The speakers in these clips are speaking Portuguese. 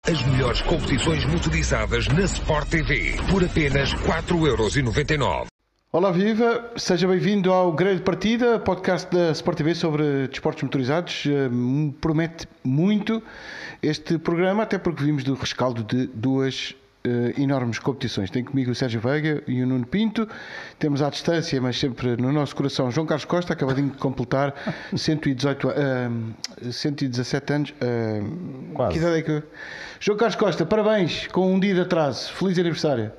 As melhores competições motorizadas na Sport TV por apenas 4,99€. Olá, viva! Seja bem-vindo ao Grande Partida, podcast da Sport TV sobre desportos motorizados. Promete muito este programa, até porque vimos do rescaldo de duas enormes competições. Tem comigo o Sérgio Veiga e o Nuno Pinto. Temos à distância, mas sempre no nosso coração, João Carlos Costa, acabadinho de completar 117 anos. Quase. Que idade é que... João Carlos Costa, parabéns, com um dia de atraso. Feliz aniversário.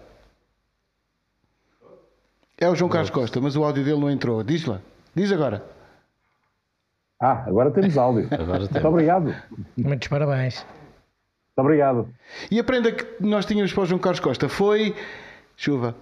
É o João Carlos Costa, mas o áudio dele não entrou. Diz lá, diz agora. Agora temos áudio. Muito obrigado. Muitos parabéns. Muito obrigado. E a prenda que nós tínhamos para o João Carlos Costa foi chuva.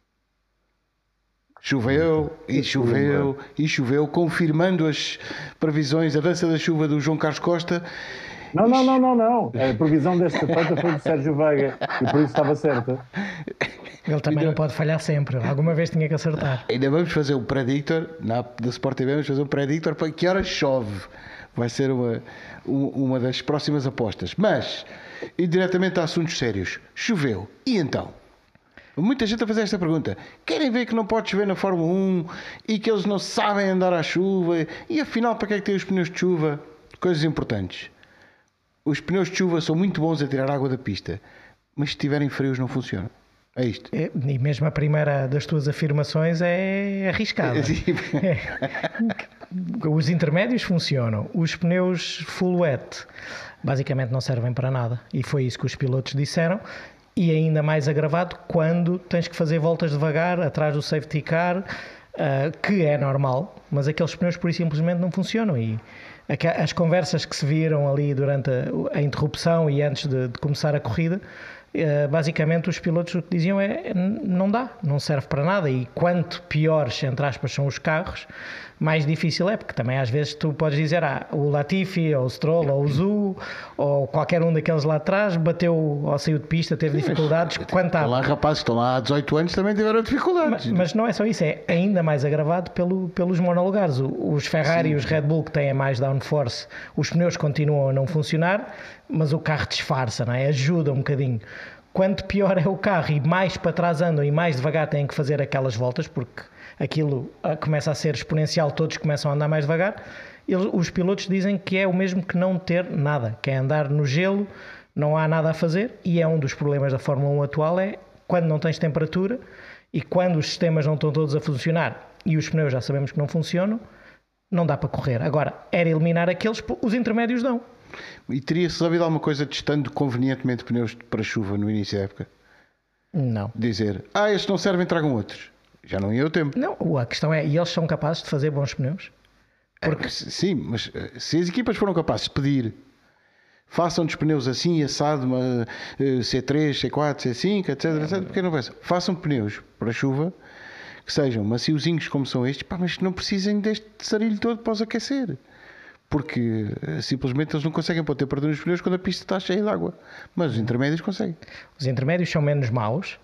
Choveu e choveu e choveu, confirmando as previsões, a dança da chuva do João Carlos Costa. Não. A previsão desta feita foi do Sérgio Veiga e por isso estava certa. Ele também não pode falhar sempre. Alguma vez tinha que acertar. Ainda vamos fazer um predictor, na app da Sport TV, vamos fazer um predictor para que horas chove. Vai ser uma das próximas apostas. Mas, e diretamente a assuntos sérios. Choveu. E então? Muita gente a fazer esta pergunta. Querem ver que não pode chover na Fórmula 1 e que eles não sabem andar à chuva? E afinal, para que é que tem os pneus de chuva? Coisas importantes. Os pneus de chuva são muito bons a tirar água da pista, mas se estiverem frios não funcionam. É isto. E mesmo a primeira das tuas afirmações é arriscada. Os intermédios funcionam. Os pneus full wet basicamente não servem para nada. E foi isso que os pilotos disseram. E ainda mais agravado quando tens que fazer voltas devagar atrás do safety car, que é normal, mas aqueles pneus por simplesmente não funcionam. E as conversas que se viram ali durante a interrupção e antes de começar a corrida, basicamente os pilotos o que diziam não dá, não serve para nada. E quanto piores, entre aspas, são os carros, mais difícil é, porque também às vezes tu podes dizer o Latifi, ou o Stroll, ou o Zhou, ou qualquer um daqueles lá atrás bateu ou saiu de pista, teve dificuldades. Estão lá rapazes que estão lá há 18 anos também tiveram dificuldades. Mas não é só isso, é ainda mais agravado pelos monolugares. Os Ferrari e os Red Bull, que têm mais downforce, os pneus continuam a não funcionar, mas o carro disfarça, não é? Ajuda um bocadinho. Quanto pior é o carro e mais para trás andam e mais devagar têm que fazer aquelas voltas, porque aquilo começa a ser exponencial, todos começam a andar mais devagar, os pilotos dizem que é o mesmo que não ter nada, que é andar no gelo, não há nada a fazer, e é um dos problemas da Fórmula 1 atual, é quando não tens temperatura e quando os sistemas não estão todos a funcionar e os pneus já sabemos que não funcionam, não dá para correr. Agora, era eliminar aqueles, os intermédios dão. E teria-se resolvido alguma coisa testando convenientemente pneus para chuva no início da época? Não. Dizer, estes não servem, tragam outros. Já não ia o tempo. Não, a questão é, e eles são capazes de fazer bons pneus? Porque... sim, mas se as equipas foram capazes de pedir, façam dos pneus assim, assado, C3, C4, C5, etc, porque não vai ser? Façam pneus para chuva que sejam maciozinhos como são estes, mas que não precisem deste sarilho todo para os aquecer. Porque simplesmente eles não conseguem pôr temperatura nos pneus quando a pista está cheia de água. Mas os intermédios conseguem. Os intermédios são menos maus.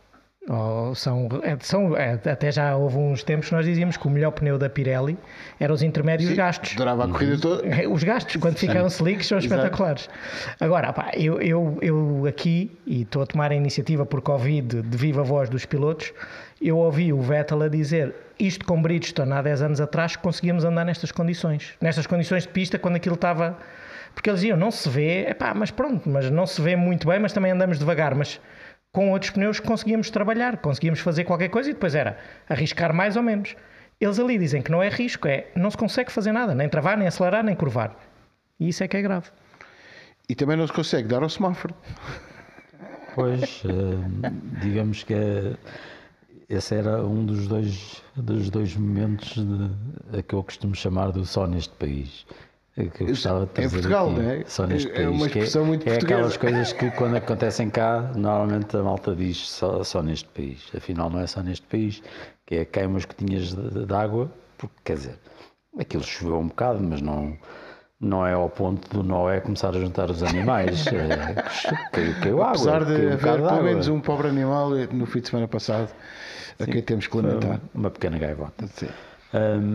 Até já houve uns tempos que nós dizíamos que o melhor pneu da Pirelli eram os intermédios gastos. Durava a corrida toda. Os gastos, quando ficam slicks, são espetaculares. Agora, eu aqui, e estou a tomar a iniciativa porque ouvi de viva voz dos pilotos, eu ouvi o Vettel a dizer isto com Bridgestone há 10 anos atrás conseguíamos andar nestas condições de pista quando aquilo estava... Porque eles diziam, não se vê, mas pronto, mas não se vê muito bem, mas também andamos devagar, mas com outros pneus conseguíamos trabalhar, conseguíamos fazer qualquer coisa e depois era arriscar mais ou menos. Eles ali dizem que não é risco, não se consegue fazer nada, nem travar, nem acelerar, nem curvar. E isso é que é grave. E também não se consegue dar ao semáforo. Pois, digamos que esse era um dos dois momentos a que eu costumo chamar do só neste país. Que eu gostava de trazer Portugal, aqui, não é? só neste país. É uma expressão muito portuguesa. É aquelas coisas que quando acontecem cá, normalmente a malta diz só neste país. Afinal não é só neste país, que é cai umas gotinhas de água, porque quer dizer, aquilo choveu um bocado, mas não é ao ponto do Noé começar a juntar os animais. Caiu água. Apesar de haver pelo menos um pobre animal no fim de semana passado, a quem temos que lamentar. Uma pequena gaivota.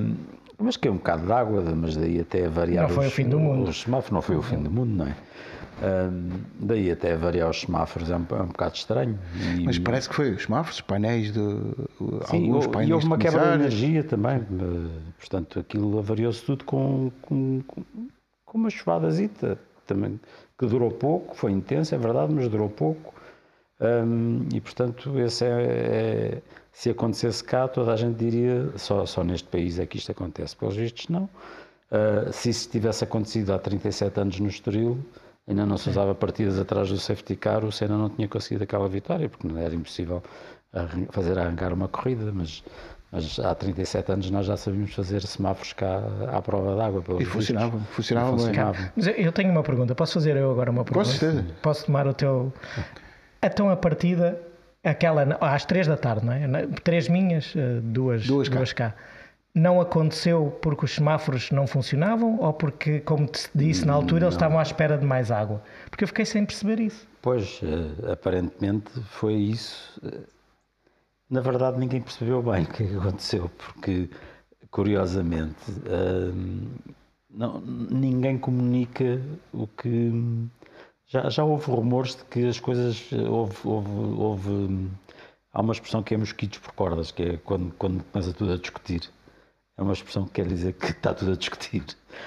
Mas caiu um bocado de água, mas daí até a variar. Não foi o fim do mundo. Os semáforos não foi o fim do mundo, não é? Daí até variar os semáforos é um bocado estranho. Mas parece que foi os semáforos, os painéis de Sim, alguns painéis e houve uma de quebra de comissários. energia também. Portanto, aquilo avariou-se tudo com uma chuvadazita também, que durou pouco, foi intensa, é verdade, mas durou pouco. E portanto, esse se acontecesse cá, toda a gente diria só neste país é que isto acontece. Pelos vistos, não. Se isso tivesse acontecido há 37 anos no Estoril, ainda não se usava partidas atrás do safety car, o Senna não tinha conseguido aquela vitória, porque não era impossível fazer arrancar uma corrida, mas há 37 anos nós já sabíamos fazer semáforos cá à prova d'água. E funcionavam bem. Mas eu tenho uma pergunta, posso fazer eu agora uma pergunta? Com certeza. Posso tomar o teu... Então a partida, aquela às 3 da tarde, não é? 3 minhas, duas cá. Não aconteceu porque os semáforos não funcionavam ou porque, como te disse na altura, eles estavam à espera de mais água? Porque eu fiquei sem perceber isso. Pois, aparentemente foi isso. Na verdade, ninguém percebeu bem o que aconteceu, porque, curiosamente, ninguém comunica o que... Já houve rumores de que as coisas... Há uma expressão que é mosquitos por cordas, que é quando começa tudo a discutir. É uma expressão que quer dizer que está tudo a discutir.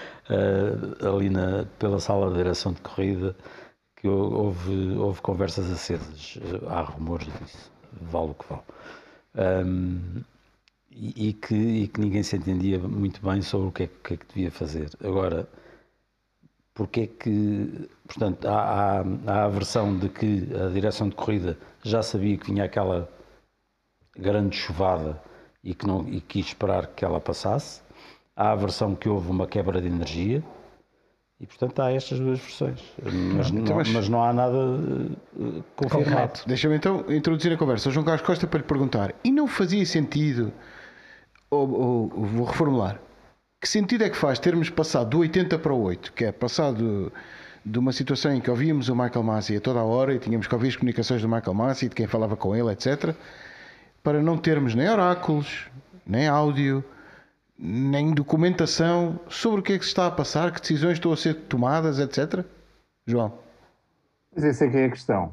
Ali pela sala de direção de corrida, que houve conversas acesas. Há rumores disso, vale o que vale. E que ninguém se entendia muito bem sobre o que é que devia fazer. Agora, porque é que... Portanto, há a versão de que a direção de corrida já sabia que vinha aquela grande chuvada e quis esperar que ela passasse. Há a versão que houve uma quebra de energia e, portanto, há estas duas versões. Mas não há nada confirmado. Deixa-me então introduzir a conversa. O João Carlos Costa para lhe perguntar, e não fazia sentido, ou vou reformular, que sentido é que faz termos passado do 80 para o 8, que é passado de uma situação em que ouvíamos o Michael Masi a toda a hora e tínhamos que ouvir as comunicações do Michael Masi, de quem falava com ele, etc., para não termos nem oráculos, nem áudio, nem documentação sobre o que é que se está a passar, que decisões estão a ser tomadas, etc. João? Mas essa é que é a questão.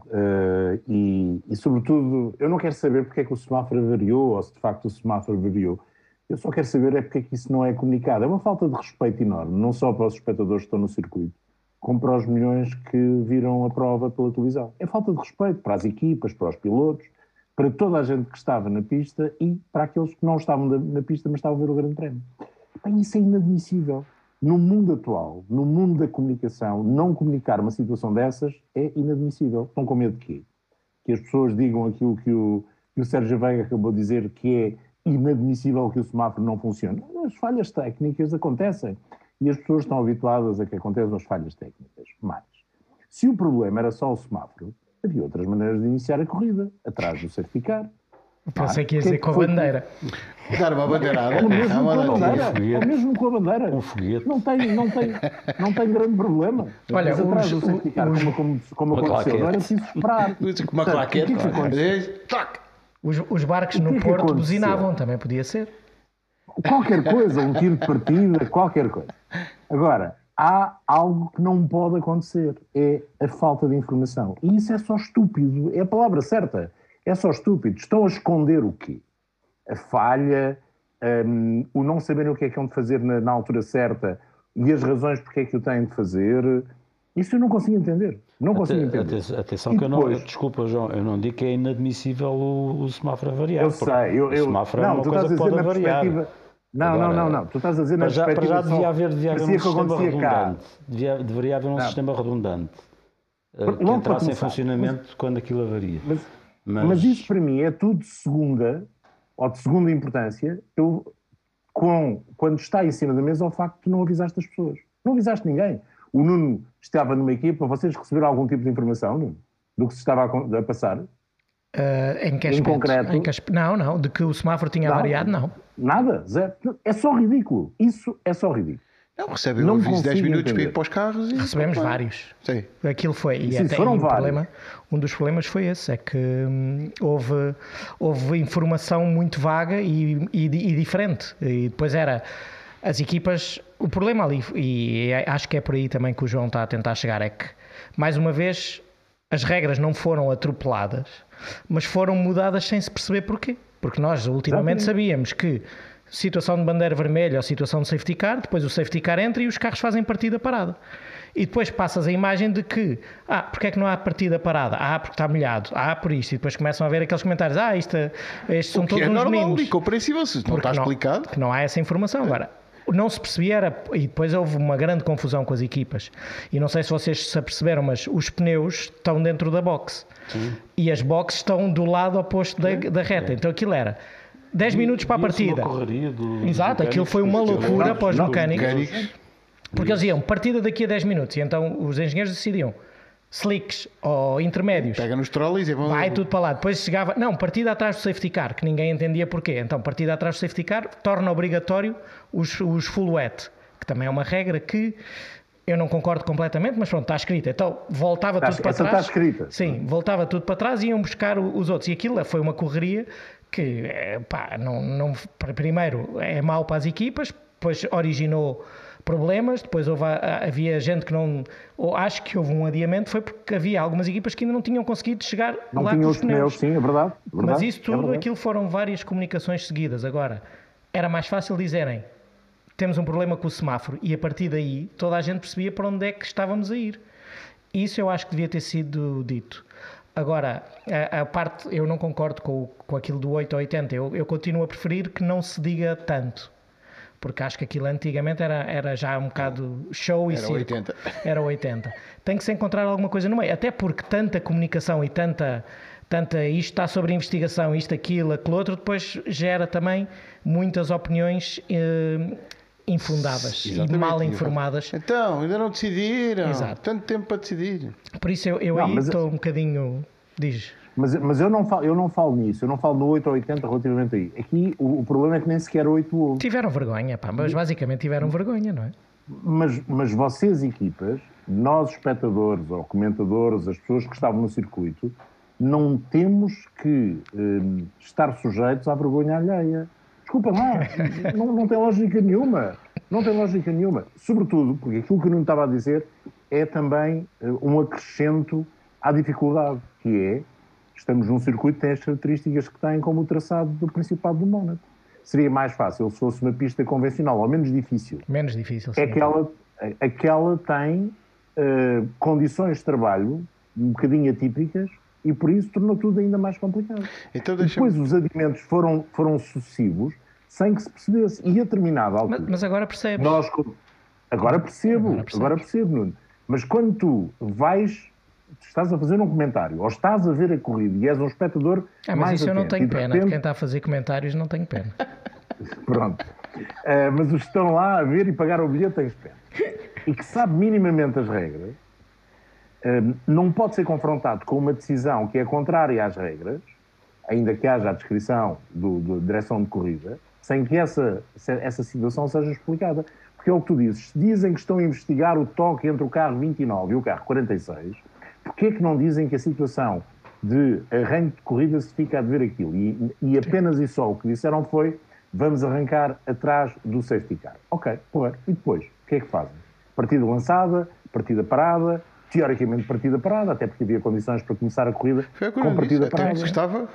E sobretudo, eu não quero saber porque é que o semáforo variou, ou se de facto o semáforo variou. Eu só quero saber é porque é que isso não é comunicado. É uma falta de respeito enorme, não só para os espectadores que estão no circuito, como para os milhões que viram a prova pela televisão. É falta de respeito para as equipas, para os pilotos, para toda a gente que estava na pista e para aqueles que não estavam na pista, mas estavam a ver o Grande Prémio. Bem, isso é inadmissível. No mundo atual, no mundo da comunicação, não comunicar uma situação dessas é inadmissível. Estão com medo de quê? Que as pessoas digam aquilo que o Sérgio Veiga acabou de dizer, que é inadmissível que o semáforo não funcione. As falhas técnicas acontecem e as pessoas estão habituadas a que aconteçam as falhas técnicas. Mas, se o problema era só o semáforo, havia outras maneiras de iniciar a corrida, atrás do safety car. Pensei que ia dizer com a bandeira. Dar uma bandeirada. Ou mesmo com a bandeira. Ou mesmo com a bandeira. Um foguete. Não tem grande problema. Olha, mas atrás do safety car, como aconteceu, não era preciso esperar. Uma claquete. Os barcos no Porto buzinavam, também podia ser. Qualquer coisa, um tiro de partida, qualquer coisa. Agora, há algo que não pode acontecer, é a falta de informação. E isso é só estúpido, é a palavra certa. É só estúpido. Estão a esconder o quê? A falha, o não saberem o que é que hão de fazer na altura certa e as razões porque é que o têm de fazer. Isso eu não consigo entender. Não consigo entender. Atenção que depois, desculpa, João, eu não digo que é inadmissível o semáforo a variar. Eu sei. O semáforo é uma coisa que pode variar. Não. Tu estás a dizer na perspectiva... Para já devia haver um sistema redundante. Deveria haver um sistema redundante que entrasse em funcionamento quando aquilo avaria. Mas isso para mim é tudo de segunda importância, quando está em cima da mesa, o facto de tu não avisaste as pessoas. Não avisaste ninguém. O Nuno estava numa equipa, vocês receberam algum tipo de informação, Nuno, do que se estava a passar? Em que aspecto? Em concreto? Não, de que o semáforo tinha variado, não. Nada, zero. É só ridículo. Isso é só ridículo. Não, recebem um aviso de 10 minutos para ir para os carros e... Recebemos vários. Sim. Aquilo foi. E sim, até foram vários. Um dos problemas foi esse, é que houve informação muito vaga e diferente. E depois era as equipas... O problema ali, e acho que é por aí também que o João está a tentar chegar, é que mais uma vez, as regras não foram atropeladas, mas foram mudadas sem se perceber porquê. Porque nós ultimamente sabíamos que situação de bandeira vermelha ou situação de safety car, depois o safety car entra e os carros fazem partida parada. E depois passas a imagem de que, porque é que não há partida parada? Porque está molhado. Por isto. E depois começam a ver aqueles comentários, estes são todos uns meninos. E compreensível, se não está explicado. Que não há essa informação. Agora, não se percebia, e depois houve uma grande confusão com as equipas. E não sei se vocês se aperceberam, mas os pneus estão dentro da box. Sim. E as boxes estão do lado oposto da reta. Então aquilo era 10 minutos para a partida. Exato, aquilo foi uma loucura para os mecânicos. Porque eles iam, partida daqui a 10 minutos. E então os engenheiros decidiam slicks ou intermédios. Pega nos trolleys e vai tudo para lá. Depois chegava, partida atrás do safety car, que ninguém entendia porquê. Então, partida atrás do safety car torna obrigatório os full wet, que também é uma regra que eu não concordo completamente, mas pronto, está escrita. Então, voltava tudo para trás. Está escrita. Sim, voltava tudo para trás e iam buscar os outros. E aquilo foi uma correria que, primeiro, é mau para as equipas, depois originou problemas, depois havia gente que não... Ou acho que houve um adiamento, foi porque havia algumas equipas que ainda não tinham conseguido chegar não lá tinham com os pneus. Sim, é verdade. Mas isso tudo, aquilo foram várias comunicações seguidas. Agora, era mais fácil dizerem, temos um problema com o semáforo, e a partir daí toda a gente percebia para onde é que estávamos a ir. Isso eu acho que devia ter sido dito. Agora, a parte, eu não concordo com aquilo do 8 ou 80, eu continuo a preferir que não se diga tanto. Porque acho que aquilo antigamente era já um bocado show e circo. 80. Era 80. Tem que se encontrar alguma coisa no meio. Até porque tanta comunicação e tanta isto está sobre investigação, isto, aquilo, aquilo outro, depois gera também muitas opiniões infundadas e mal informadas. Então, ainda não decidiram. Exato. Tanto tempo para decidir. Por isso eu aí estou um bocadinho... Diz... Mas eu não falo nisso, eu não falo no 8 ou 80 relativamente aí. Aqui o problema é que nem sequer 8 houve. Tiveram vergonha, mas basicamente tiveram vergonha, não é? Mas vocês, equipas, nós espectadores ou comentadores, as pessoas que estavam no circuito, não temos que estar sujeitos à vergonha alheia. Desculpa lá, não tem lógica nenhuma. Não tem lógica nenhuma. Sobretudo, porque aquilo que eu não estava a dizer é também um acrescento à dificuldade, que é, estamos num circuito que tem as características que tem, como o traçado do Principado do Mónaco. Seria mais fácil se fosse uma pista convencional, ou menos difícil. Menos difícil, sim. Aquela tem condições de trabalho um bocadinho atípicas e por isso tornou tudo ainda mais complicado. Então, depois os adiamentos foram sucessivos sem que se percebesse. E a determinada altura... Mas agora percebes. Agora percebo, Nuno. Mas quando tu estás a fazer um comentário ou estás a ver a corrida e és um espectador mas mais isso eu não tenho pena. repente... De quem está a fazer comentários não tenho pena. Pronto. Mas os que estão lá a ver e pagar o bilhete tens pena. E que sabe minimamente as regras, não pode ser confrontado com uma decisão que é contrária às regras, ainda que haja a descrição da direção de corrida, sem que essa situação seja explicada. Porque é o que tu dizes. Se dizem que estão a investigar o toque entre o carro 29 e o carro 46, porquê é que não dizem que a situação de arranque de corrida se fica a dever aquilo? E apenas e só o que disseram foi: vamos arrancar atrás do safety car. Ok, porra. E depois? O que é que fazem? Partida lançada, partida parada, teoricamente partida parada, até porque havia condições para começar a corrida com partida parada. Até que estava...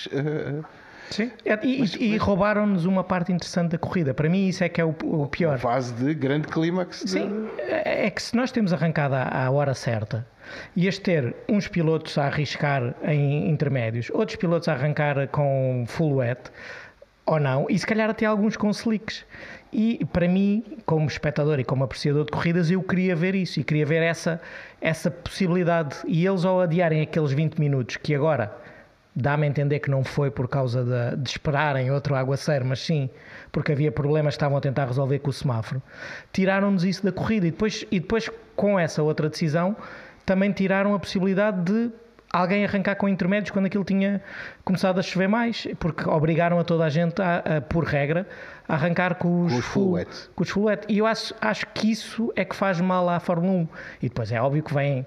Sim, e roubaram-nos uma parte interessante da corrida. Para mim isso é que é o pior. Uma fase de grande clímax. Sim, é que se nós temos arrancado à hora certa, ias ter uns pilotos a arriscar em intermédios, outros pilotos a arrancar com full wet, ou não, e se calhar até alguns com slicks. E para mim, como espectador e como apreciador de corridas, eu queria ver isso, e queria ver essa possibilidade. E eles, ao adiarem aqueles 20 minutos, que agora... dá-me a entender que não foi por causa de esperarem outro aguaceiro, mas sim porque havia problemas que estavam a tentar resolver com o semáforo. Tiraram-nos isso da corrida e depois com essa outra decisão também tiraram a possibilidade de alguém arrancar com intermédios quando aquilo tinha começado a chover mais, porque obrigaram a toda a gente, por regra, a arrancar com os full wet. E eu acho que isso é que faz mal à Fórmula 1. E depois é óbvio que vem...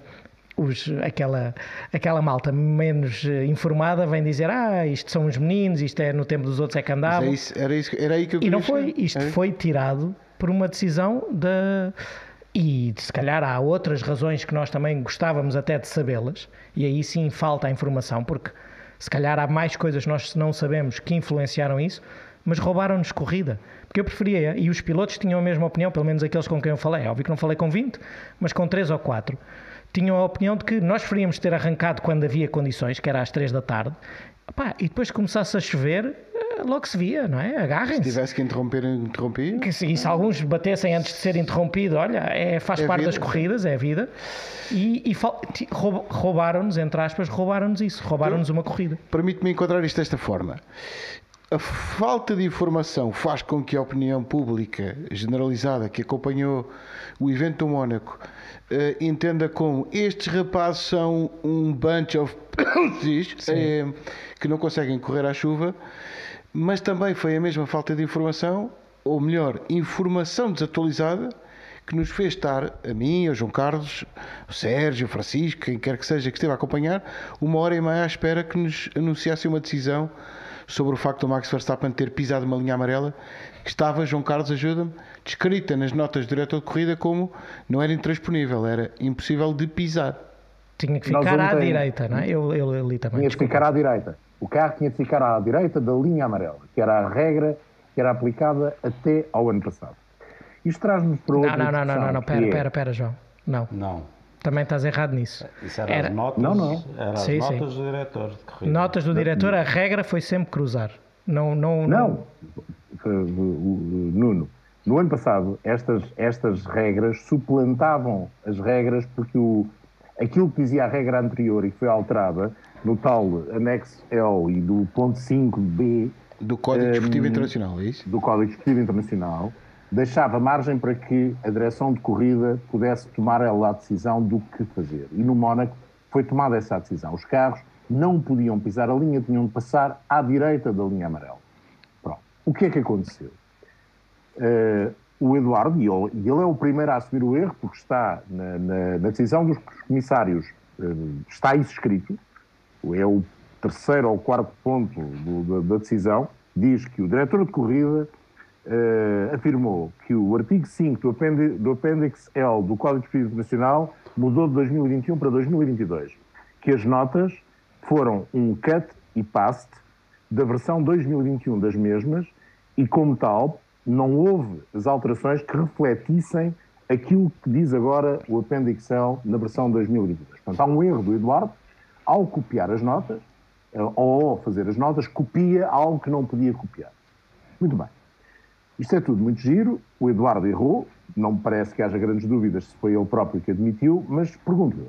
aquela malta menos informada vem dizer isto são os meninos, isto é no tempo dos outros é que andavam. Era aí que eu queria. E não foi, isto foi tirado por uma decisão E se calhar há outras razões que nós também gostávamos até de sabê-las, e aí sim falta a informação, porque se calhar há mais coisas que nós não sabemos que influenciaram isso, mas roubaram-nos corrida. Porque eu preferia, e os pilotos tinham a mesma opinião, pelo menos aqueles com quem eu falei, óbvio que não falei com 20, mas com 3 ou 4, tinham a opinião de que nós preferíamos ter arrancado quando havia condições, que era às 3 da tarde, e depois que começasse a chover, logo se via, não é? Agarrem-se. Se tivesse que interromper, interrompia. E se alguns batessem antes de ser interrompido, olha, faz parte das corridas, é a vida. E roubaram-nos, entre aspas, roubaram-nos isso, roubaram-nos uma corrida. Permite-me enquadrar isto desta forma. A falta de informação faz com que a opinião pública generalizada que acompanhou o evento do Mónaco entenda como estes rapazes são um bunch of pussies que não conseguem correr à chuva, mas também foi a mesma falta de informação, ou melhor, informação desatualizada, que nos fez estar, a mim, ao João Carlos, o Sérgio, o Francisco, quem quer que seja que esteve a acompanhar, 1h30 à espera que nos anunciasse uma decisão sobre o facto do Max Verstappen ter pisado uma linha amarela, que estava, João Carlos, ajuda-me, descrita nas notas do diretor de corrida como não era intransponível, era impossível de pisar. Tinha que ficar à direita, não é? Eu li também. Tinha de ficar à direita. O carro tinha de ficar à direita da linha amarela, que era a regra que era aplicada até ao ano passado. Isto traz-nos para outra Não, pera, João. Não. Também estás errado nisso. Isso era as notas, era as notas do diretor de corrida. Notas do diretor, a regra foi sempre cruzar. Não. Nuno, no ano passado estas regras suplantavam as regras porque aquilo que dizia a regra anterior e que foi alterada no tal anexo L e do ponto 5b do Código Desportivo Internacional, é isso? Do Código Desportivo Internacional, deixava margem para que a direção de corrida pudesse tomar ela a decisão do que fazer. E no Mónaco foi tomada essa decisão. Os carros não podiam pisar a linha, tinham de passar à direita da linha amarela. Pronto. O que é que aconteceu? O Eduardo, e ele é o primeiro a assumir o erro, porque está na decisão dos comissários, está isso escrito, é o terceiro ou quarto ponto da decisão, diz que o diretor de corrida afirmou que o artigo 5 do apêndice L do Código Desportivo Internacional mudou de 2021 para 2022, que as notas foram um cut e paste da versão 2021 das mesmas e, como tal, não houve as alterações que refletissem aquilo que diz agora o apêndice L na versão 2022. Portanto, há um erro do Eduardo ao copiar as notas, ou ao fazer as notas, copia algo que não podia copiar. Muito bem. Isto é tudo muito giro, o Eduardo errou, não me parece que haja grandes dúvidas se foi ele próprio que admitiu, mas pergunto-lhe.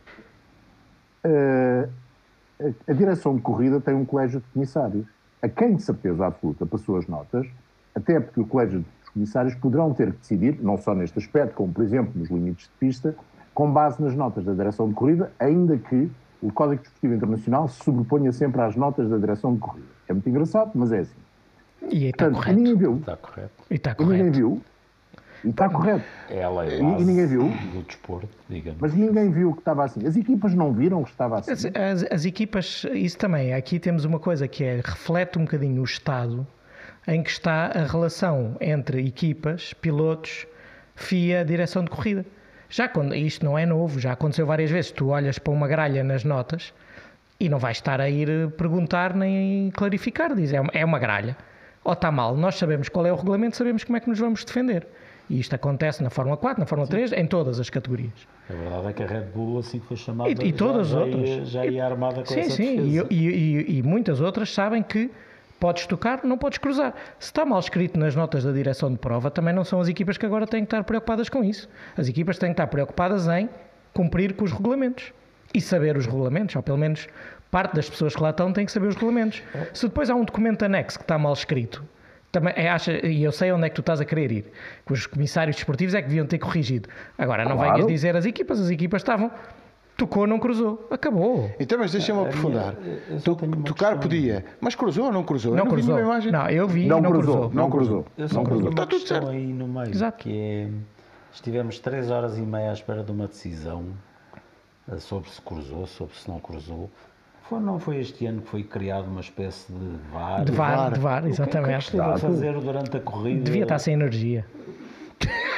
A direção de corrida tem um colégio de comissários, a quem de certeza absoluta passou as notas, até porque o colégio dos comissários poderão ter que decidir, não só neste aspecto, como por exemplo nos limites de pista, com base nas notas da direção de corrida, ainda que o Código Desportivo Internacional se sobreponha sempre às notas da direção de corrida. É muito engraçado, mas é assim. E está correto. Ninguém viu. Está correto. E está E correto. ninguém viu. E está correto. É a lei E ninguém viu. do desporto, digamos. Mas ninguém viu que estava assim. As equipas não viram que estava assim. As equipas, isso também. Aqui temos uma coisa que reflete um bocadinho o estado em que está a relação entre equipas, pilotos, FIA, direção de corrida. Isto não é novo, já aconteceu várias vezes. Tu olhas para uma gralha nas notas e não vais estar a ir perguntar nem clarificar. Diz, é uma gralha. Ou está mal, nós sabemos qual é o regulamento, sabemos como é que nos vamos defender. E isto acontece na Fórmula 4, na Fórmula 3, em todas as categorias. A verdade é que a Red Bull, assim que foi chamada, E todas as outras. Já ia armada com Sim, essa sim. defesa. E muitas outras sabem que podes tocar, não podes cruzar. Se está mal escrito nas notas da direção de prova, também não são as equipas que agora têm que estar preocupadas com isso. As equipas têm que estar preocupadas em cumprir com os regulamentos. E saber os regulamentos, ou pelo menos parte das pessoas que lá estão têm que saber os regulamentos. Se depois há um documento anexo que está mal escrito, também e eu sei onde é que tu estás a querer ir, que os comissários desportivos é que deviam ter corrigido. Agora, não venhas dizer as equipas estavam, tocou, não cruzou, acabou. Então, mas deixa-me aprofundar. Tocar podia, mas cruzou ou não cruzou? Não cruzou. Não, eu vi, não cruzou. Não cruzou. Eu só tenho uma Está tudo questão certo. aí no meio, Exato. que é, estivemos 3 horas e meia à espera de uma decisão sobre se cruzou, sobre se não cruzou. Não foi este ano que foi criado uma espécie de VAR? De VAR, O que é que exatamente. esteve a fazer durante a corrida? Devia estar sem energia.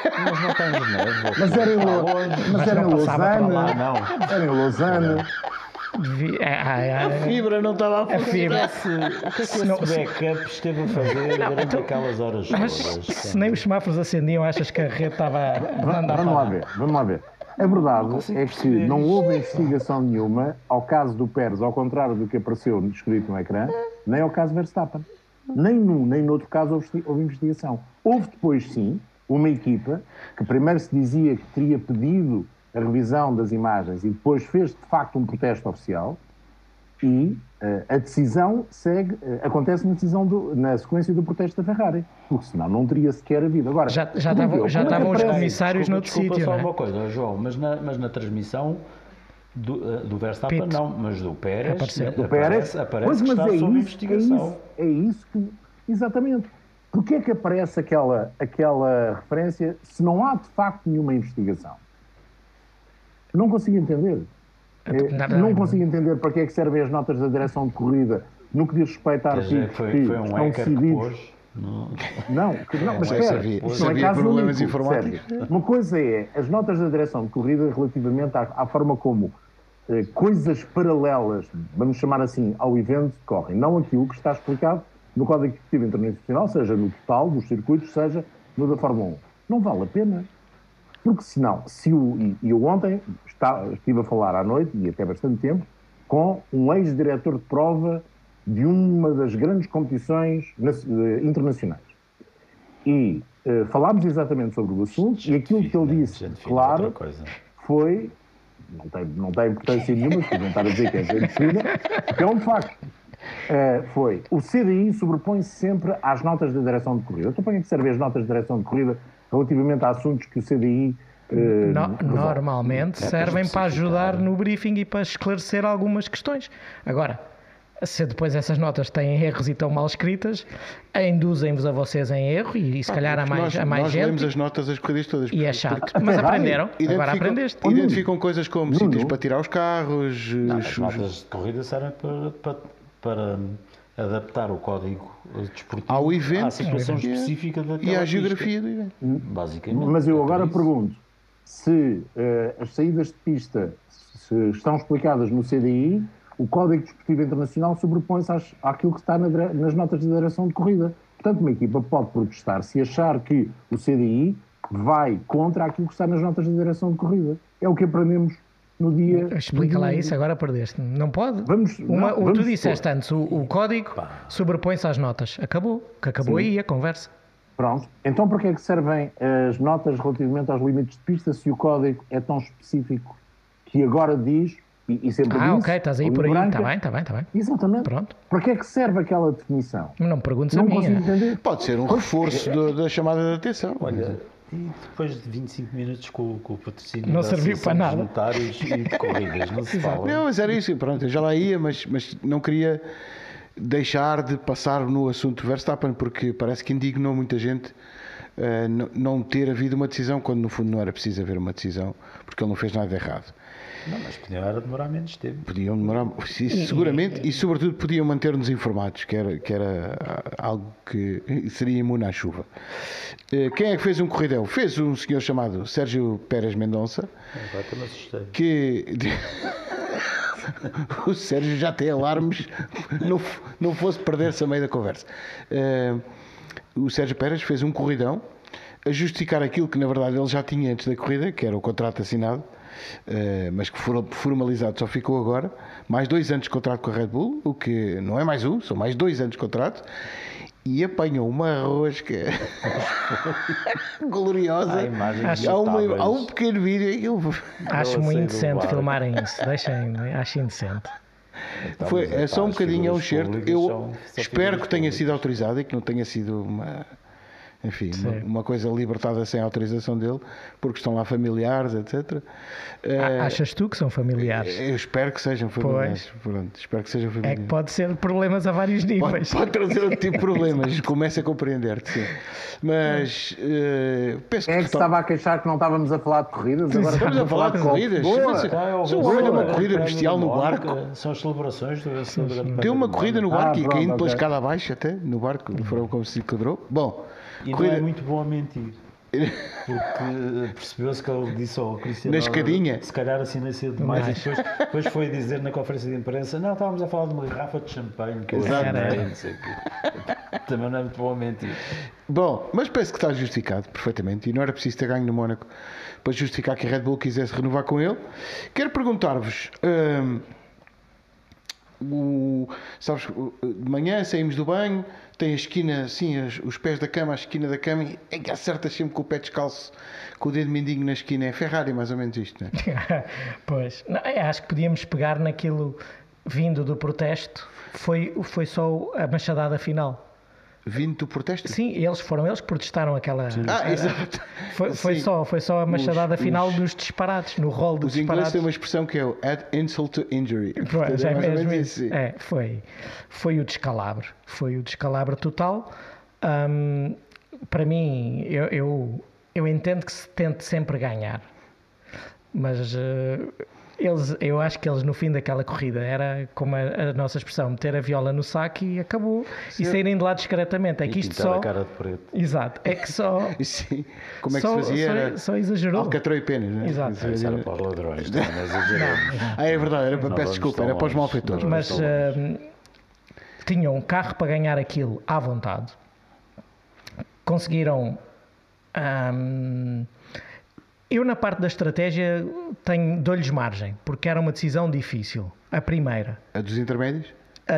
Mas não tens neve. Mas era em não passava para lá, Lausanne. Não. Era em Lausanne. A fibra não estava a fibra. O que é que Se não- esse backup esteve a fazer durante aquelas horas Mas todas? se nem os semáforos acendiam, achas que a rede estava a andar Vamos lá ver. A verdade consigo é que perceber não isto. houve investigação nenhuma ao caso do Pérez, ao contrário do que apareceu escrito no ecrã, nem ao caso Verstappen. Nem num, nem noutro caso houve investigação. Houve depois, sim, uma equipa que primeiro se dizia que teria pedido a revisão das imagens e depois fez, de facto, um protesto oficial e a decisão acontece na sequência do protesto da Ferrari, porque senão não teria sequer havido. Agora, Já estavam os comissários noutro Desculpa sítio, só não é? uma coisa, João, mas na transmissão do Verstappen Pito. não, mas do Pérez Apareceu. do Pérez, aparece pois, que mas está sob investigação. É isso que... Exatamente. Porquê é que aparece aquela referência se não há, de facto, nenhuma investigação? Não consigo entender. Não consigo entender para que é que servem as notas da direção de corrida no que diz respeito a Quer dizer, artigos foi que um estão hacker que decididos. pôs. Não. Não, mas Não, espera, sabia- não é sabia caso problemas único, informáticos. Sérgio. Uma coisa é as notas da direção de corrida relativamente à forma como coisas paralelas, vamos chamar assim, ao evento decorrem. Não aquilo que está explicado no Código Desportivo Internacional, seja no total dos circuitos, seja no da Fórmula 1. Não vale a pena. Porque senão, eu ontem estive a falar à noite, e até bastante tempo, com um ex-diretor de prova de uma das grandes competições internacionais. E falámos exatamente sobre o assunto, e aquilo que ele disse, claro, foi... Não tem importância nenhuma, se não estar a dizer que é gente fina, porque é um facto. Foi, o CDI sobrepõe-se sempre às notas da direção de corrida. Então, para que servem as notas da direção de corrida relativamente a assuntos que o CDI... Normalmente servem para ajudar no briefing e para esclarecer algumas questões. Agora, se depois essas notas têm erros e estão mal escritas, induzem-vos a vocês em erro e se calhar a mais nós gente. lemos as notas das corridas todas. E é chato. Mas aprenderam. Agora aprendeste. Identificam coisas como sítios para tirar os carros. As notas de corrida servem para adaptar o código desportivo ao evento, à situação específica daquela e à pista. geografia do evento. Basicamente. Mas eu agora isso. pergunto, se as saídas de pista se estão explicadas no CDI, o Código Desportivo Internacional sobrepõe-se àquilo que está nas notas de direção de corrida. Portanto, uma equipa pode protestar se achar que o CDI vai contra aquilo que está nas notas de direção de corrida. É o que aprendemos no dia... Explica lá isso, agora perdeste. Não pode? Vamos tu disseste antes, o código sobrepõe-se às notas. Acabou. Que acabou aí a conversa. Pronto. Então, para que é que servem as notas relativamente aos limites de pista se o código é tão específico que agora diz... E sempre disse, ok, estás aí por aí. Está bem. Exatamente. Pronto. Para que é que serve aquela definição? Não me perguntes a Não minha. consigo entender. Pode ser um reforço da chamada de atenção. Olha, e depois de 25 minutos com o patrocínio Não da serviu Associação para dos nada. Notários e de corridas, não se fala. Não, mas era isso. Pronto, eu já lá ia, mas não queria deixar de passar no assunto Verstappen, porque parece que indignou muita gente não ter havido uma decisão, quando no fundo não era preciso haver uma decisão, porque ele não fez nada de errado. Não, mas podiam demorar menos tempo. Podiam demorar, seguramente, e sobretudo podiam manter-nos informados, que era algo que seria imune à chuva. Quem é que fez um corridão? Fez um senhor chamado Sérgio Pérez Mendonça, Agora assustei. que o Sérgio já tem alarmes, não fosse perder-se a meio da conversa. O Sérgio Pérez fez um corridão a justificar aquilo que na verdade ele já tinha antes da corrida, que era o contrato assinado, mas que formalizado só ficou agora, mais 2 anos de contrato com a Red Bull, o que não é mais são mais 2 anos de contrato, e apanhou uma rosca gloriosa. Há um pequeno vídeo. Acho muito indecente filmarem isso. Acho indecente. É só um bocadinho, é um certo. Eu espero que tenha sido autorizado e que não tenha sido uma coisa libertada sem autorização dele, porque estão lá familiares, etc. Achas tu que são familiares? Eu espero que sejam familiares. Pronto, espero que sejam familiares. É que pode ser problemas a vários níveis. Pode trazer outro tipo de problemas, começa a compreender-te, sim. Mas penso Quem é que estava a queixar que não estávamos a falar de corridas? Agora estamos a falar de corridas. Se o homem deu uma corrida bestial no barco. São as celebrações do Deu uma corrida no barco e caindo pela escada abaixo até, no barco, foram como se quebrou. Bom, e não é muito bom a mentir. porque percebeu-se que ele disse ao Cristiano Na escadinha. se calhar assim nem cedo demais. E depois foi dizer na conferência de imprensa: não, estávamos a falar de uma garrafa de champanhe que eu assinei, não sei o quê. Também não é muito bom mentir. Bom, mas penso que está justificado perfeitamente e não era preciso ter ganho no Mónaco para justificar que a Red Bull quisesse renovar com ele. Quero perguntar-vos, sabes, de manhã saímos do banho, tem a esquina assim, os pés da cama, a esquina da cama, e acertas sempre com o pé descalço, com o dedo mindinho na esquina. É Ferrari, mais ou menos isto, não é? Pois, não, acho que podíamos pegar naquilo vindo do protesto, foi só a machadada final. Vindo do protesto? Sim, foram eles que protestaram aquela. Exato. Foi só a machadada final dos disparados, no rol dos Os ingleses disparados. têm uma expressão que é o add insult to injury. Pois, É é mais ou mesmo menos isso. isso. Foi o descalabro. Foi o descalabro total. Para mim, eu entendo que se tente sempre ganhar, mas eu acho que eles no fim daquela corrida era como a nossa expressão, meter a viola no saco e acabou. E saírem de lá discretamente. É que isto pintar só. a cara de preto. Exato, é que só. Sim. Como é que se fazia? Só exagerou. Alcatrão e penas, não é? Exato. Isso era para os ladrões, não é exageramos. É verdade, Não peço vamos desculpa, tão era para os longe. malfeitores. Não. Mas tinham um carro para ganhar aquilo à vontade. Conseguiram. Eu, na parte da estratégia, dou-lhes margem, porque era uma decisão difícil. A primeira. A dos intermédios? A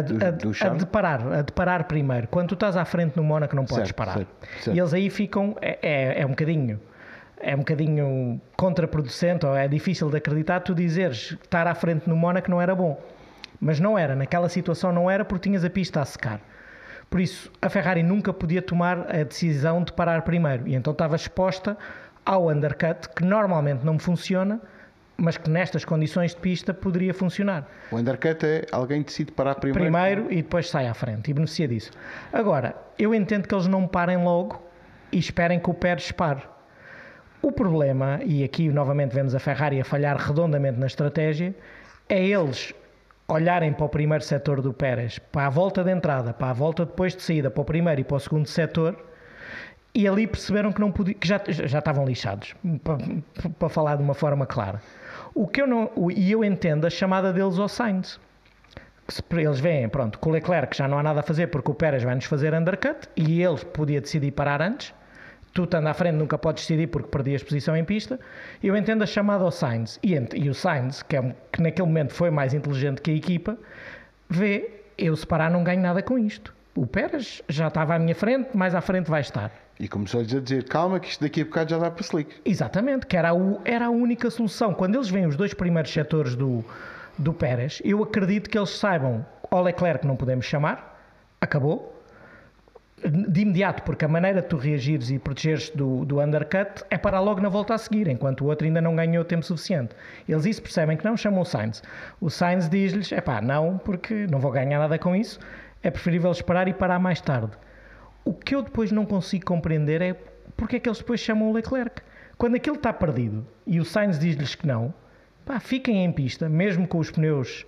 Do de parar primeiro. Quando tu estás à frente no Mónaco, não podes Certo, parar. certo. E eles aí ficam. É um bocadinho contraproducente, ou é difícil de acreditar tu dizeres que estar à frente no Mónaco não era bom. Mas não era, naquela situação não era, porque tinhas a pista a secar. Por isso, a Ferrari nunca podia tomar a decisão de parar primeiro. E então estava exposta ao undercut, que normalmente não funciona, mas que nestas condições de pista poderia funcionar. O undercut é alguém que decide parar Primeiro e depois sai à frente e beneficia disso. Agora, eu entendo que eles não parem logo e esperem que o Pérez pare. O problema, e aqui novamente vemos a Ferrari a falhar redondamente na estratégia, é eles olharem para o primeiro setor do Pérez, para a volta de entrada, para a volta depois de saída, para o primeiro e para o segundo setor, e ali perceberam que, não podia, que já estavam lixados, para falar de uma forma clara. Eu entendo a chamada deles ao Sainz. Eles veem, pronto, com o Leclerc já não há nada a fazer porque o Pérez vai-nos fazer undercut e ele podia decidir parar antes. Tu estando à frente nunca podes decidir porque perdias posição em pista. Eu entendo a chamada ao Sainz e o Sainz, que naquele momento foi mais inteligente que a equipa, vê, eu se parar não ganho nada com isto. O Pérez já estava à minha frente, mais à frente vai estar. E começou-lhes a dizer, calma que isto daqui a bocado já dá para slick. Exatamente, que era a única solução. Quando eles veem os dois primeiros setores do Pérez, eu acredito que eles saibam, ao Leclerc não podemos chamar, acabou, de imediato, porque a maneira de tu reagires e protegeres do undercut é parar logo na volta a seguir, enquanto o outro ainda não ganhou tempo suficiente. Eles isso percebem que não, chamam o Sainz. O Sainz diz-lhes, não, porque não vou ganhar nada com isso, é preferível esperar e parar mais tarde. O que eu depois não consigo compreender é porque é que eles depois chamam o Leclerc. Quando aquilo está perdido e o Sainz diz-lhes que não, fiquem em pista, mesmo com os pneus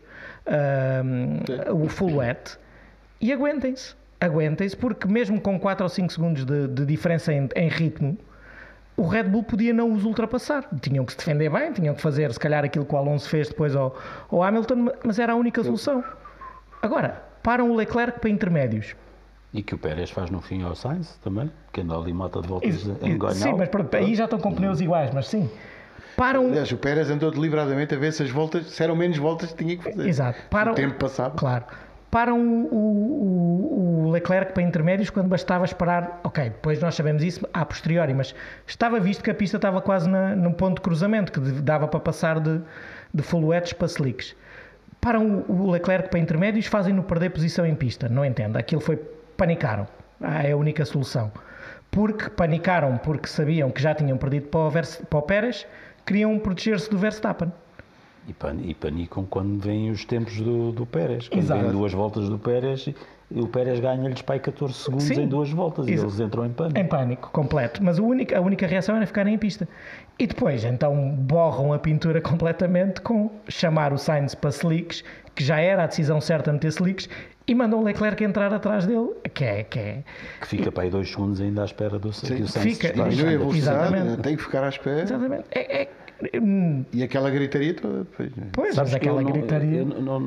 o full wet, e aguentem-se. Aguentem-se, porque mesmo com 4 ou 5 segundos de diferença em ritmo, o Red Bull podia não os ultrapassar. Tinham que se defender bem, tinham que fazer se calhar aquilo que o Alonso fez depois ao Hamilton, mas era a única solução. Agora, param o Leclerc para intermédios. E que o Pérez faz no fim ao Sainz também, que anda ali mata de voltas em Gonhal. Sim, mas pronto, aí já estão com pneus iguais, mas sim. Param... Aliás, o Pérez andou deliberadamente a ver se as voltas, se eram menos voltas que tinha que fazer. Exato. O tempo passado. Claro. Param o Leclerc para intermédios quando bastava esperar. Ok, depois nós sabemos isso a posteriori, mas estava visto que a pista estava quase no ponto de cruzamento, que dava para passar de full wets para slicks. Param o Leclerc para intermédios, fazem-no perder posição em pista. Não entendo. Aquilo foi... Panicaram. É a única solução. Panicaram porque sabiam que já tinham perdido para o Pérez, queriam proteger-se do Verstappen. E panicam quando vêm os tempos do Pérez. Quando Exato. vêm 2 voltas do Pérez, e o Pérez ganha-lhes para aí 14 segundos Sim. em 2 voltas e eles entram em pânico. Em pânico completo. Mas a única reação era ficarem em pista. E depois, então, borram a pintura completamente com chamar o Sainz para slicks, que já era a decisão certa meter slicks, e mandam o Leclerc entrar atrás dele, que é... Que fica para aí 2 segundos ainda à espera do que o Sainz Fica. dispare. Diminui a velocidade, Exatamente. tem que ficar à espera. Exatamente. E aquela gritaria toda. Depois, né? Pois, Sabes mas que aquela gritaria...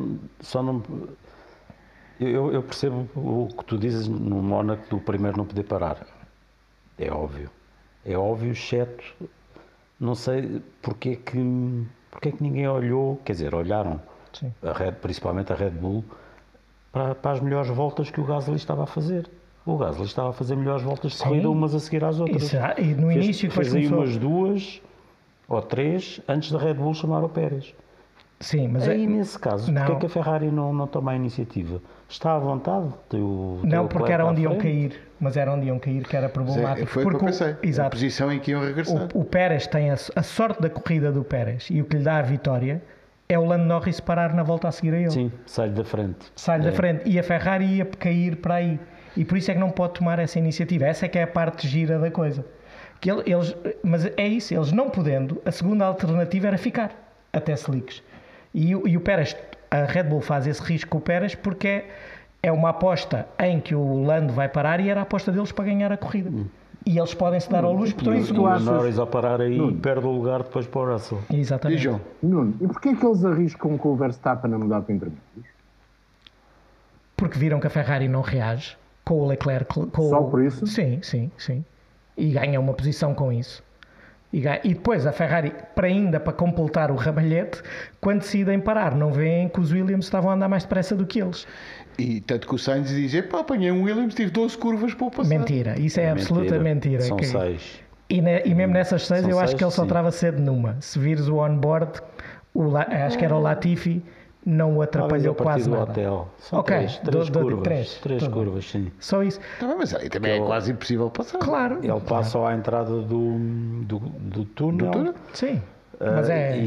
Eu percebo o que tu dizes no Mónaco do primeiro não poder parar. É óbvio. É óbvio, exceto... Não sei porque é que ninguém olhou... Quer dizer, olharam, Sim. principalmente a Red Bull, para as melhores voltas que o Gasly estava a fazer. O Gasly estava a fazer melhores voltas de corrida umas a seguir às outras. E no início depois fez aí começou... umas 2 ou 3 antes da Red Bull chamar o Pérez. Sim, mas... Aí, nesse caso, Não. porque é que a Ferrari não toma a iniciativa? Está à vontade? Não, porque era onde iam cair. Mas era onde iam cair que era problemático. Foi o que eu pensei. A Exato. posição em que iam regressar. O Pérez tem a sorte da corrida do Pérez e o que lhe dá a vitória é o Lando Norris parar na volta a seguir a ele. Sim, sai-lhe da frente. Sai-lhe da frente. E a Ferrari ia cair para aí. E por isso é que não pode tomar essa iniciativa. Essa é que é a parte gira da coisa. Mas é isso, eles não podendo, a segunda alternativa era ficar até slicks. E o Pérez, a Red Bull faz esse risco com o Pérez porque é uma aposta em que o Lando vai parar e era a aposta deles para ganhar a corrida. E eles podem se dar ao luxo porque estão em E o segundo. Norris ao parar aí perde o lugar depois para o Russell. E Exatamente. João? Nuno, e porquê é que eles arriscam com o Verstappen a mudar para intermédios? Porque viram que a Ferrari não reage com o Leclerc. Só por isso? Sim. E ganha uma posição com isso. E depois a Ferrari, para completar o ramalhete, quando decidem parar, não veem que os Williams estavam a andar mais depressa do que eles. E tanto que o Sainz dizia, pá, apanhei um Williams, tive 12 curvas para o passar. Mentira, isso é absoluta mentira. São 6. E mesmo nessas 6 eu acho seis, que ele só sim. trava cedo numa. Se vires o on-board, acho que era o Latifi, não o atrapalhou quase do nada. hotel. São Ok, 3 curvas. três. 3 Tudo curvas, sim. Só isso. Tá bem, mas aí também é quase impossível passar. Claro. Ele passa à entrada do túnel. túnel? Sim. Mas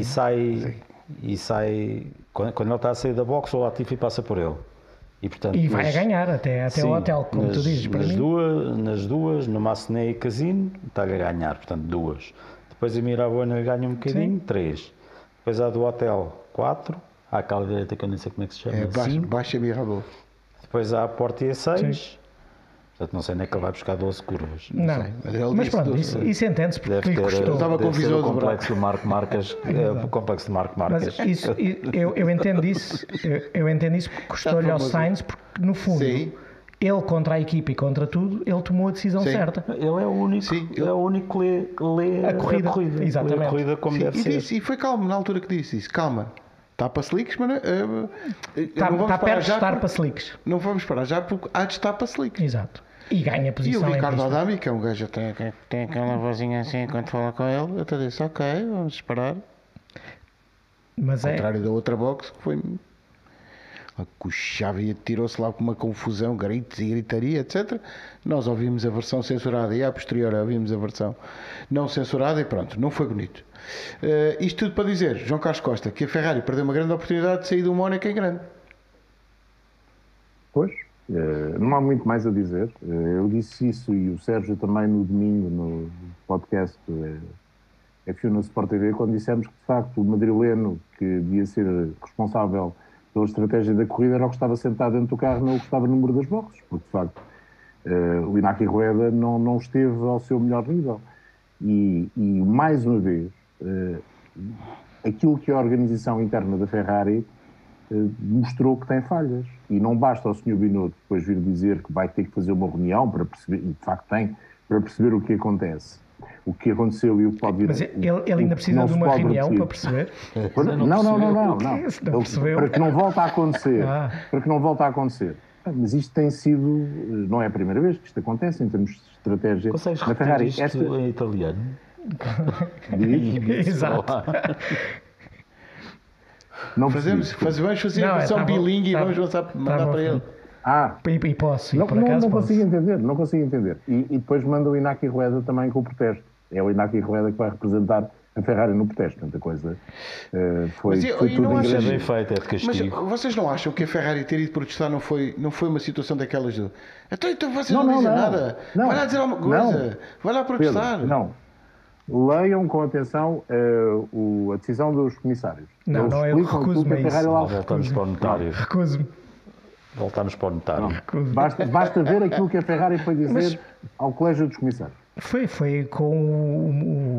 E sai quando ele está a sair da box, o Latifi passa por ele. E, portanto, E vai a ganhar até sim, o hotel, como tu dizes. Para mim. nas duas, no Massenet e Casino, está-lhe a ganhar, portanto 2. Depois a Mirabona ganha um bocadinho, 3. Depois há do hotel, 4. Há aquela direita que eu nem sei como é que se chama, É, 5. baixa Mirabel. Depois há a Portia 6. Portanto, não sei nem é que ele vai buscar 12 curvas. Não. Mas ele Mas disse pronto, 12. isso entende-se porque Deve lhe ter, custou. estava com deve ser visor o de complexo do Marco Marques, o complexo de Marco Mas Marques. eu entendo isso. Eu entendo isso porque custou-lhe ao famoso. Sainz, porque no fundo, Sim. ele contra a equipa e contra tudo, ele tomou a decisão Sim. certa. Ele é o único, Sim, é o único que lê A corrida. Lê Exatamente. a corrida como Sim, deve e, ser. disse, e foi calmo na altura que disse calma, está para slicks, mas Está não vamos parar perto de já estar porque- para slicks. Não vamos parar já porque há de estar para slicks. Exato. E ganha E posição o em Ricardo pista. Adami, que é um gajo até que tem aquela vozinha assim quando fala com ele, até disse ok, vamos esperar. Mas Ao contrário da outra box que foi com o chave e tirou-se lá com uma confusão, gritos e gritaria, etc. Nós ouvimos a versão censurada e a posterior ouvimos a versão não censurada e pronto, não foi bonito. Isto tudo para dizer, João Carlos Costa, que a Ferrari perdeu uma grande oportunidade de sair do Mónaco em grande. Pois, não há muito mais a dizer. Eu disse isso e o Sérgio também no domingo no podcast F1 na Sport TV, quando dissemos que de facto o madrileno que devia ser responsável pela estratégia da corrida era o que estava sentado dentro do carro, não o que estava no número das boxes, porque de facto o Iñaki Rueda não esteve ao seu melhor nível. E mais uma vez, aquilo que a organização interna da Ferrari mostrou que tem falhas. E não basta ao Sr. Binotto depois vir dizer que vai ter que fazer uma reunião para perceber, e de facto tem, para perceber o que acontece, o que aconteceu e o que pode vir. Mas ele ainda precisa de uma reunião para perceber. Não. Se não percebeu. Para que não volte a acontecer. Ah. Para que não volte a acontecer. Mas isto tem sido, não é a primeira vez que isto acontece em termos de estratégia. Consegues Na repetir Ferrari, isto em italiano? Exato. Não Vamos fazer Não, a versão tá bom, bilingue e tá vamos bom. mandar Tá bom. para ele. E posso, Não, por acaso não posso. consigo entender. E depois manda o Iñaki Rueda também com o protesto. É o Iñaki Rueda que vai representar a Ferrari no protesto. Portanto, a coisa foi, Mas foi e tudo não em achas- É grande. bem feito, é de Mas castigo. vocês não acham que a Ferrari ter ido protestar não foi uma situação daquelas do. Então vocês não, Não, dizem não, nada. não. Vai lá dizer alguma coisa. Não. Vai lá protestar. Pedro, não. Leiam com atenção a decisão dos comissários. Não, Eles não, eu explicam aquilo recuso-me que a a Ferrari isso. lá Voltamos para o notário. Recuso-me. Voltamos para o notário. Basta ver aquilo que a Ferrari foi dizer ao Colégio dos Comissários. Foi com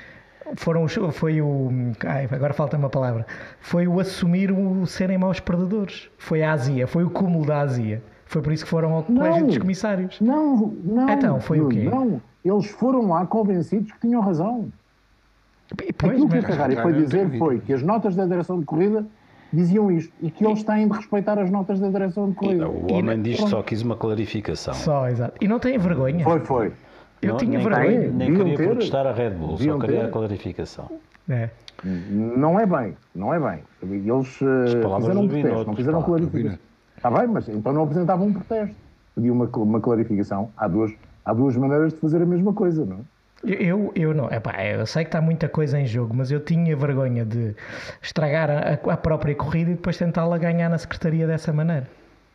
agora falta uma palavra. Foi o assumir o serem maus perdedores. Foi a azia, foi o cúmulo da azia. Foi por isso que foram ao colégio dos comissários. Não. Então, foi o quê? Não, eles foram lá convencidos que tinham razão. E, pois, Aquilo que a mas- Ferrari foi dizer foi que as notas da direção de corrida diziam isto e que eles têm de respeitar as notas da direção de corrida. O homem diz que só quis uma clarificação. Só, exato. E não têm vergonha. Foi. Eu Não- tinha nem vergonha. queria- Nem Deviam queria ter. protestar a Red Bull, só Deviam queria ter. a clarificação. É. Não é bem. Eles palavras fizeram um do protesto, Binotto, não fizeram pá. clarificação. Está bem, mas então não apresentavam um protesto. Pediam uma clarificação. Há duas maneiras de fazer a mesma coisa, não é? Eu não, eu sei que está muita coisa em jogo, mas eu tinha vergonha de estragar a própria corrida e depois tentá-la ganhar na secretaria dessa maneira.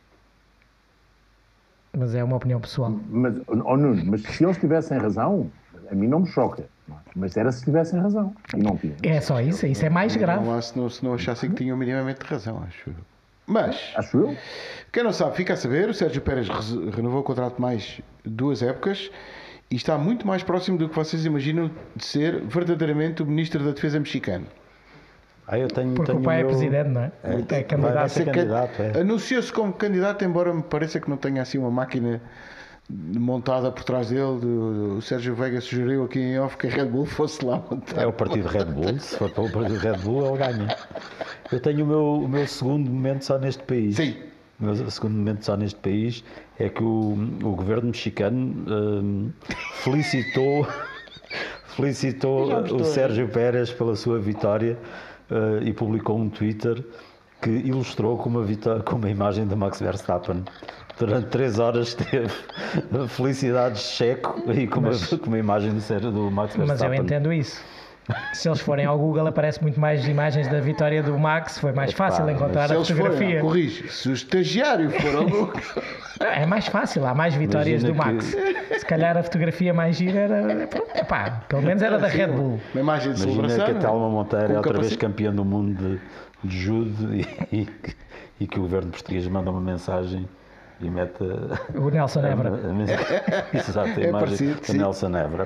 Mas é uma opinião pessoal. Mas, Nuno, mas se eles tivessem razão, a mim não me choca. Não é? Mas era se tivessem razão. E não tinham. É só isso é mais grave. Não há se não achassem que tinham minimamente razão, acho eu. Mas, Acho eu. quem não sabe, fica a saber, o Sérgio Pérez renovou o contrato mais 2 épocas e está muito mais próximo do que vocês imaginam de ser verdadeiramente o Ministro da Defesa mexicano. Eu tenho, Porque tenho o pai é meu- presidente, não é? É vai candidato. ser candidato, é. Anunciou-se como candidato, embora me pareça que não tenha assim uma máquina montada por trás dele. O Sérgio Veiga sugeriu aqui em off que a Red Bull fosse lá montar. É o partido Red Bull, se for para o partido Red Bull, ele ganha. Eu tenho o meu segundo momento só neste país. Sim. O meu segundo momento só neste país é que o governo mexicano felicitou o Sérgio Pérez pela sua vitória e publicou um Twitter que ilustrou com uma imagem de Max Verstappen. Durante 3 horas teve felicidades de Checo e com uma imagem do Max Verstappen. Mas eu entendo isso. Se eles forem ao Google, aparece muito mais imagens da vitória do Max. Foi mais fácil encontrar Se a eles forem, fotografia. corrige. Se o estagiário for ao Google. É mais fácil, há mais vitórias Imagina do Max. Se calhar a fotografia mais gira era. Pelo menos era da Red Bull. Uma imagem de Imagina celebração. que a Telma Monteiro Com é outra vez capacete. campeã do mundo de judo e que o governo português manda uma mensagem e mete O Nelson Évora. Exato, a É imagem parecido, do sim. Nelson Évora.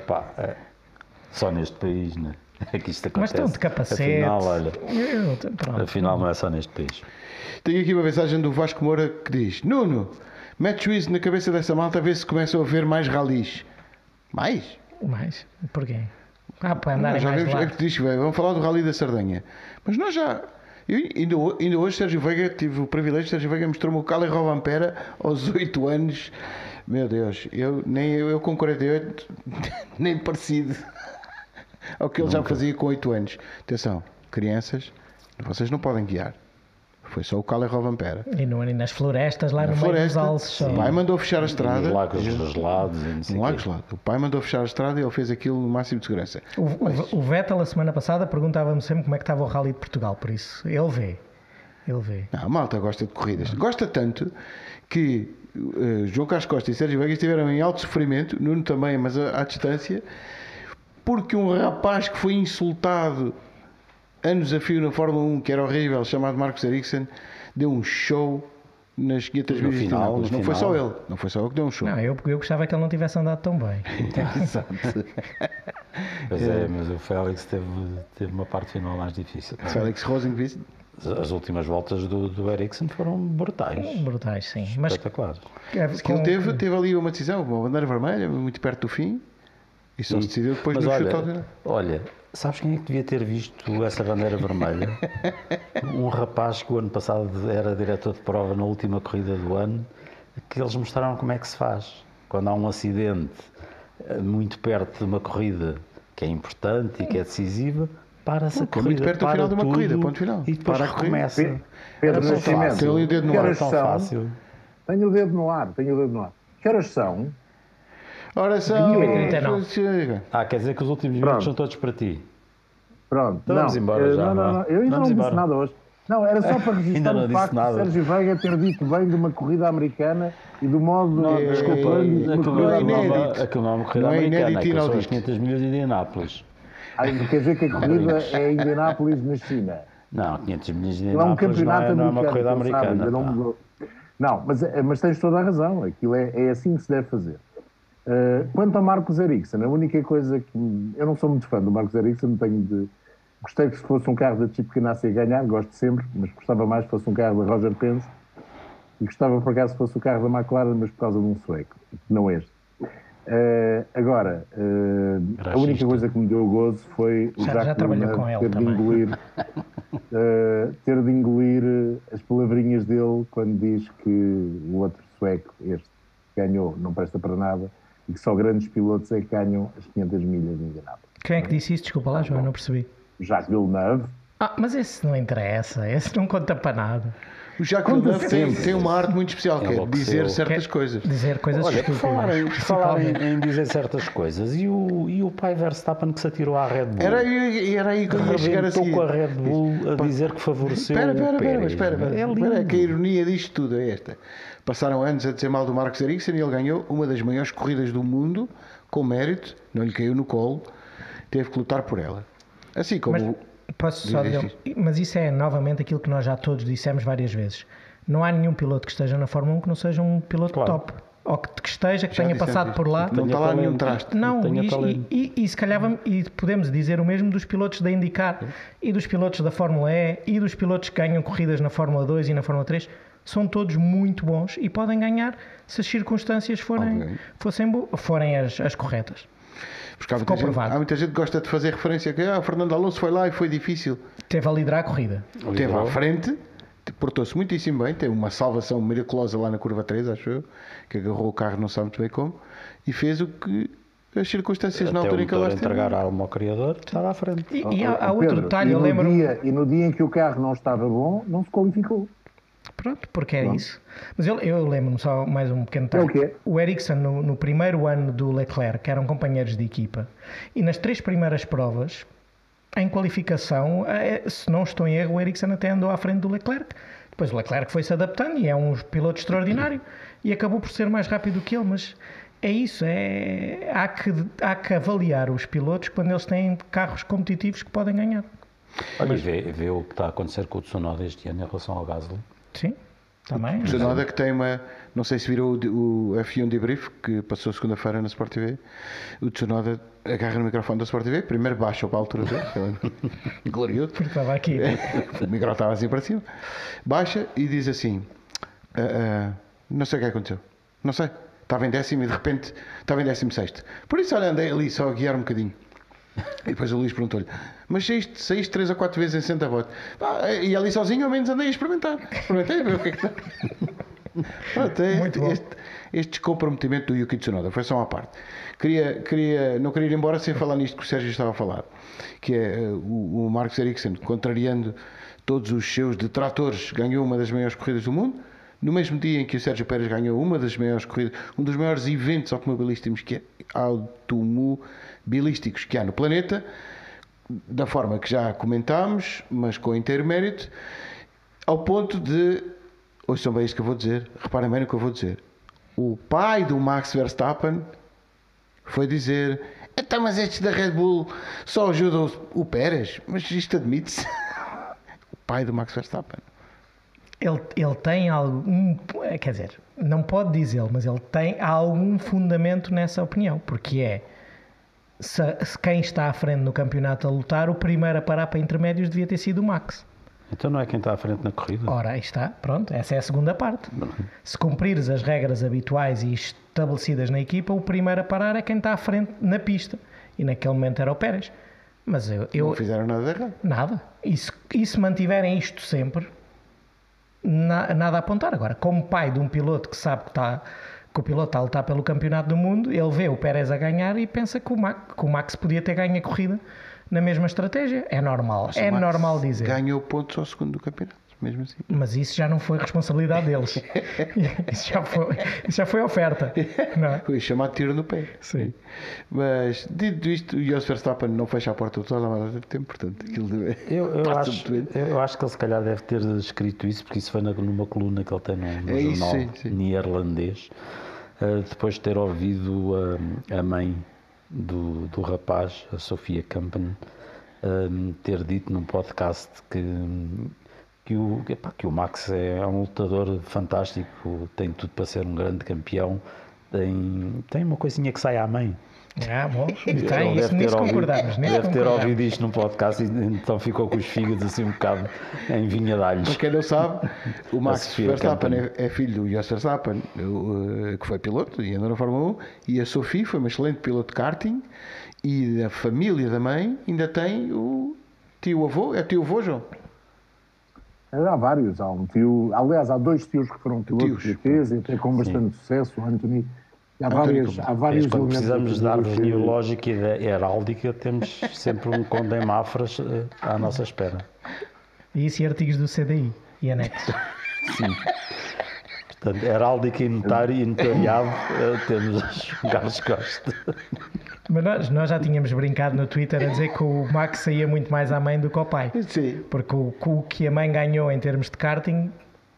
Só neste país, né? É que isto Mas acontece. estão de capacete. Afinal, olha, Pronto. afinal não é só neste país. Tenho aqui uma mensagem do Vasco Moura que diz: Nuno, mete juízo na cabeça dessa malta a ver se começam a ver mais ralis. Mais? Mais? Porquê? Para andarem Já mais de vemos, é lado. que diz, vamos falar do Rally da Sardenha. Mas nós já. Ainda hoje Sérgio Veiga, tive o privilégio, Sérgio Veiga mostrou-me o Cali Rovampera aos 8 anos. Meu Deus, eu com 48, nem parecido ao que ele já fazia com 8 anos. Atenção, crianças, vocês não podem guiar. Foi só o Cali Rovampera. E nas florestas, lá Na no meio dos floresta, alces. Só. o pai mandou fechar a estrada. Nos lagos gelados e não sei No o lago quê. gelado. O pai mandou fechar a estrada e ele fez aquilo no máximo de segurança. O Vettel, a semana passada, perguntava-me sempre como é que estava o Rally de Portugal. Por isso, ele vê. Não, A malta gosta de corridas. Gosta tanto que João Carlos Costa e Sérgio Veiga estiveram em alto sofrimento, Nuno também, mas à distância, porque um rapaz que foi insultado anos a fio na Fórmula 1, que era horrível, chamado Marcos Ericsson, deu um show nas guietas No de final, Não no foi final. só ele. Não foi só ele que deu um show. Não, eu gostava que ele não tivesse andado tão bem. Exato. Pois é, mas o Félix teve uma parte final mais difícil. Félix Rosenqvist. As últimas voltas do Ericsson foram brutais. Brutais, sim. Mas Espetaculares. Que ele teve ali uma decisão, uma bandeira vermelha, muito perto do fim, e só se decidiu depois Mas no chute ao final. olha, sabes quem é que devia ter visto essa bandeira vermelha? Um rapaz que o ano passado era diretor de prova na última corrida do ano, que eles mostraram como é que se faz. Quando há um acidente muito perto de uma corrida que é importante e que é decisiva, para-se a Que é corrida, muito perto do para final de uma tudo corrida, ponto final. E depois Para a corrida. recomeça. Pedro Era tão Nascimento. fácil. Tem ali o dedo no Que ar. horas Tão são? fácil. Tenho o dedo no ar. Que horas são? Ora são. 21h39. Quer dizer que os últimos Pronto. minutos são todos para ti. Pronto. Então vamos embora já. Não, eu ainda Vamos não embora. disse nada hoje. Não, era só para registrar não o disse facto nada. de Sérgio Veiga ter dito bem de uma corrida americana e do modo... Desculpa, Aquilo não é inédito. aquilo não é uma corrida Não é americana, inédito e aquilo são as inaudito. 500 milhas de Indianápolis. Quer dizer que a corrida é em Indianápolis, na China. Não, 500 milhas de Não é um Indianápolis campeonato não é uma corrida americano, sabe, americana. ainda não pá. mudou. Não, mas tens toda a razão. Aquilo é assim que se deve fazer. Quanto ao Marcos Ericsson, a única coisa que... Eu não sou muito fã do Marcos Ericsson, gostei que se fosse um carro da Chip Ganassi a ganhar, gosto sempre, mas gostava mais que fosse um carro da Roger Penske, e gostava por acaso que fosse o carro da McLaren, mas por causa de um sueco, não este. Agora, a única coisa que me deu gozo foi o Já Jacques trabalhou Villeneuve com ele ter de também. engolir as palavrinhas dele quando diz que o outro sueco, este, ganhou, não presta para nada, e que só grandes pilotos é que ganham as 500 milhas de Indianápolis. Quem é que disse isso? Desculpa lá, João, não percebi. Jacques Villeneuve. Mas esse não interessa, esse não conta para nada. O Jacques Villeneuve tem uma arte muito especial, que é enlouqueceu. dizer certas Quer coises. Dizer coisas Olha, por estúpidas. falar em dizer certas coisas, e o pai Verstappen que se atirou à Red Bull? Era aí que eu ia chegar a Rebentou seguir. com a Red Bull a dizer que favoreceu o Pérez. Espera, É lindo. que a ironia disto tudo é esta. Passaram anos a dizer mal do Marcos Ericsson e ele ganhou uma das maiores corridas do mundo, com mérito, não lhe caiu no colo, teve que lutar por ela. Assim como... Posso só dizer, mas isso é novamente aquilo que nós já todos dissemos várias vezes. Não há nenhum piloto que esteja na Fórmula 1 que não seja um piloto top. Ou que esteja, que Já tenha dissemos passado isto. por lá. Não está lá nenhum traste. Não, Tenha talento. e se calhar podemos dizer o mesmo dos pilotos da IndyCar e dos pilotos da Fórmula E e dos pilotos que ganham corridas na Fórmula 2 e na Fórmula 3. São todos muito bons e podem ganhar se as circunstâncias forem as corretas. Porque há Ficou provado. muita gente que gosta de fazer referência que o Fernando Alonso foi lá e foi difícil. Teve a liderar a corrida. Esteve à frente, portou-se muitíssimo bem, teve uma salvação miraculosa lá na curva 3, acho eu, que agarrou o carro, não sabe muito bem como, e fez o que as circunstâncias na Até altura o em que ele motor esteve. entregar a alma ao criador, estava à frente. E há outro Pedro, detalhe, eu lembro. E no dia em que o carro não estava bom, não se qualificou. Pronto, porque é isso. Mas eu lembro-me só mais um pequeno É o detalhe. quê? O Ericsson, no primeiro ano do Leclerc, que eram companheiros de equipa, e nas 3 primeiras provas, em qualificação, se não estou em erro, o Ericsson até andou à frente do Leclerc. Depois o Leclerc foi-se adaptando e é um piloto extraordinário e acabou por ser mais rápido que ele, mas é isso, há que avaliar os pilotos quando eles têm carros competitivos que podem ganhar. Olha, e vê o que está a acontecer com o Tsunoda este ano em relação ao Gasly. Sim, também. O Tsunoda que tem uma, não sei se virou o F1 debrief que passou segunda-feira na Sport TV. O Tsunoda agarra no microfone da Sport TV, primeiro baixa para a altura dele, glorioso, Porque estava aqui. o microfone estava assim para cima, baixa e diz assim: não sei o que aconteceu, não sei, estava em 10º e de repente estava em 16º, por isso olha, andei ali só a guiar um bocadinho. E depois o Luís perguntou-lhe: mas saíste 3 ou 4 vezes em Santa Bota? E ali sozinho ao menos andei a experimentei a ver o que é que está. Este descomprometimento do Yuki Tsunoda foi só uma parte. Não queria ir embora sem falar nisto que o Sérgio estava a falar, que é o Marcos Ericsson, contrariando todos os seus detratores, ganhou uma das maiores corridas do mundo, no mesmo dia em que o Sérgio Pérez ganhou uma das maiores corridas, um dos maiores eventos automobilísticos que há no planeta, da forma que já comentámos, mas com inteiro mérito, ao ponto de, ouçam bem isto que eu vou dizer, reparem bem no que eu vou dizer, o pai do Max Verstappen foi dizer: então, mas estes da Red Bull só ajudam o Pérez, mas isto admite-se. O pai do Max Verstappen. Ele tem algum, quer dizer, não pode dizê-lo, mas ele tem algum fundamento nessa opinião, porque se quem está à frente no campeonato a lutar, o primeiro a parar para intermédios devia ter sido o Max. Então não é quem está à frente na corrida? Ora, aí está, pronto, essa é a segunda parte. Se cumprires as regras habituais e estabelecidas na equipa, o primeiro a parar é quem está à frente na pista, e naquele momento era o Pérez. Mas não fizeram nada de errado. Nada. E se mantiverem isto sempre, nada a apontar. Agora, como pai de um piloto que sabe que o piloto está a lutar pelo campeonato do mundo, ele vê o Pérez a ganhar e pensa que o Max podia ter ganho a corrida na mesma estratégia. É normal. É normal dizer. Ganhou pontos ao segundo do campeonato. mesmo assim. Mas isso já não foi responsabilidade deles. Isso já foi oferta. Não é? Foi chamado tiro no pé. Sim. Mas, dito isto, o Jos Verstappen não fecha a porta do toda há muito tempo, portanto, aquilo Eu acho que ele se calhar deve ter escrito isso, porque isso foi numa coluna que ele tem no jornal neerlandês, depois de ter ouvido a mãe do rapaz, a Sofia Kampen, ter dito num podcast que o Max é um lutador fantástico, tem tudo para ser um grande campeão, tem uma coisinha que sai à mãe. Bom, nisso concordamos. Deve ter ouvido isto num podcast e então ficou com os fígados assim um bocado em vinha de alhos. Para quem não sabe, o Max Verstappen é filho do Jos Verstappen, que foi piloto e andou na Fórmula 1, e a Sophie foi uma excelente piloto de karting, e a família da mãe ainda tem o tio-avô, é tio-avô, João? Há vários, aliás, há 2 tios que foram pilotos de GTs e até com bastante sucesso, o Anthony. Há vários quando precisamos da árvore genealógica e da heráldica, temos sempre um Conde em Mafras à nossa espera. E isso e artigos do CDI e anexos. Sim. Portanto, heráldica e notariado, temos o Carlos Costa. Mas nós já tínhamos brincado no Twitter a dizer que o Max saía muito mais à mãe do que ao pai. Sim. Porque o que a mãe ganhou em termos de karting,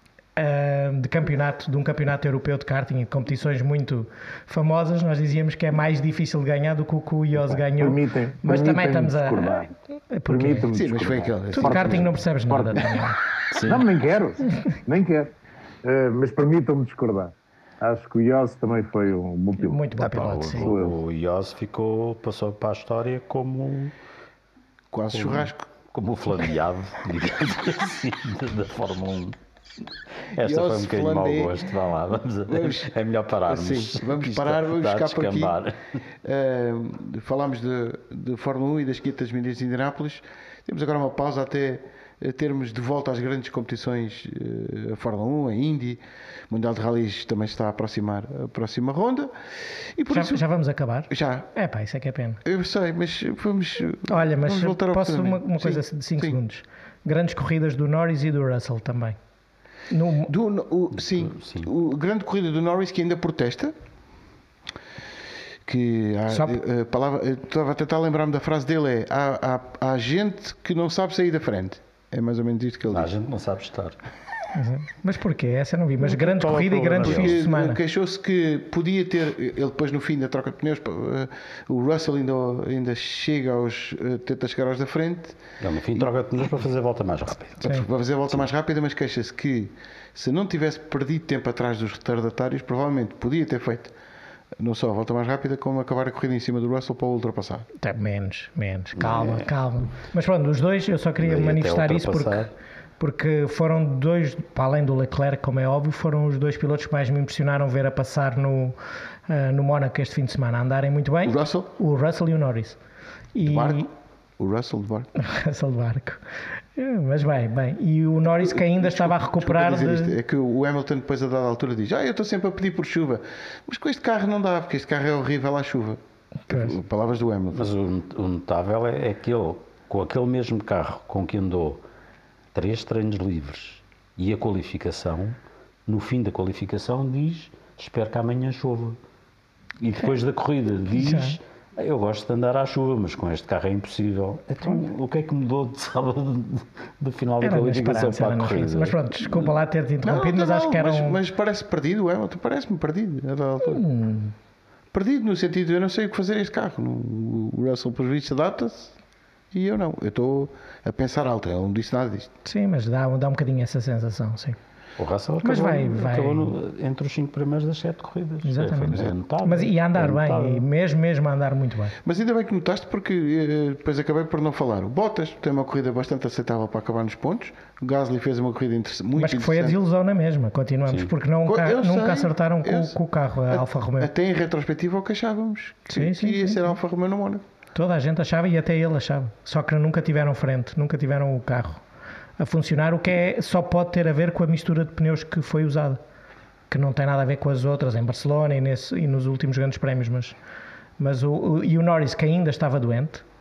de um campeonato europeu de karting e de competições muito famosas, nós dizíamos que é mais difícil de ganhar do que o que o Jos ganhou. Mas também estamos a... Permitam-me Sim, mas foi discordar. aquele. Tu de karting não percebes nada. Não, nem quero. Mas permitam-me discordar. Acho que o Jos também foi um bom piloto. Muito bom piloto, sim. O Jos passou para a história como Quase churrasco. como o flameado, digamos assim, da Fórmula 1. Esta foi um bocadinho mau gosto, vá lá, é melhor pararmos. Sim, vamos parar, vamos ficar por aqui. Falámos de Fórmula 1 e das 500 milhas de Indianápolis. Temos agora uma pausa até termos de volta às grandes competições, a Fórmula 1, a Indy, o Mundial de Rallys também está a aproximar a próxima ronda. E por isso, Já vamos acabar? Já. Isso é que é pena. Eu sei, mas vamos. Olha, mas vamos voltar posso uma coisa de 5 segundos. Grandes corridas do Norris e do Russell também. Sim, o grande corrida do Norris que ainda protesta. Que a palavra, estava a tentar lembrar-me da frase dele, há gente que não sabe sair da frente. É mais ou menos isto que ele diz. A gente não sabe estar. Mas porquê? Essa eu não vi. Mas grande corrida e grandes fins de semana. Queixou-se que podia ter, ele depois no fim da troca de pneus, o Russell ainda chega tenta chegar aos da frente. Ele no fim troca de pneus para fazer a volta mais rápida. Para fazer a volta mais rápida, mas queixa-se que se não tivesse perdido tempo atrás dos retardatários, provavelmente podia ter feito não só a volta mais rápida, como acabar a corrida em cima do Russell para o ultrapassar. Até menos. Calma. Mas pronto, os dois, eu só queria manifestar isso porque foram dois, para além do Leclerc, como é óbvio, foram os 2 pilotos que mais me impressionaram ver a passar no Mónaco este fim de semana, a andarem muito bem. O Russell e o Norris. O Russell de barco. Russell de barco. Mas bem. E o Norris que ainda estava a recuperar É que o Hamilton depois a dada altura diz eu estou sempre a pedir por chuva. Mas com este carro não dá, porque este carro é horrível à chuva. Palavras do Hamilton. Mas o notável é que ele, com aquele mesmo carro com que andou 3 treinos livres e a qualificação, no fim da qualificação diz, espero que amanhã chova. E depois da corrida diz, eu gosto de andar à chuva, mas com este carro é impossível. Então, o que é que mudou de sábado do final da qualificação para a corrida? Mas pronto, desculpa lá ter-te interrompido, mas acho que era Mas parece perdido, o Hamilton parece-me perdido. Perdido no sentido de eu não sei o que fazer este carro. O Russell, por visto, adapta-se e eu não. Eu estou a pensar alto, ele não disse nada disto. Sim, mas dá um bocadinho essa sensação, sim. O Russell acabou entre os 5 primeiros das 7 corridas. Exatamente. Mas e a andar bem, e mesmo a andar muito bem. Mas ainda bem que notaste, porque depois acabei por não falar. O Bottas tem uma corrida bastante aceitável para acabar nos pontos. O Gasly fez uma corrida muito interessante. Mas que foi a desilusão na mesma, continuamos, porque nunca acertaram com o carro, a Alfa Romeo. Até em retrospectiva o queixávamos que iria ser a Alfa Romeo no Mónaco. Toda a gente achava e até ele achava. Só que nunca tiveram frente, nunca tiveram o carro a funcionar, o que só pode ter a ver com a mistura de pneus que foi usada, que não tem nada a ver com as outras em Barcelona e nos últimos grandes prémios, mas o Norris, que ainda estava doente,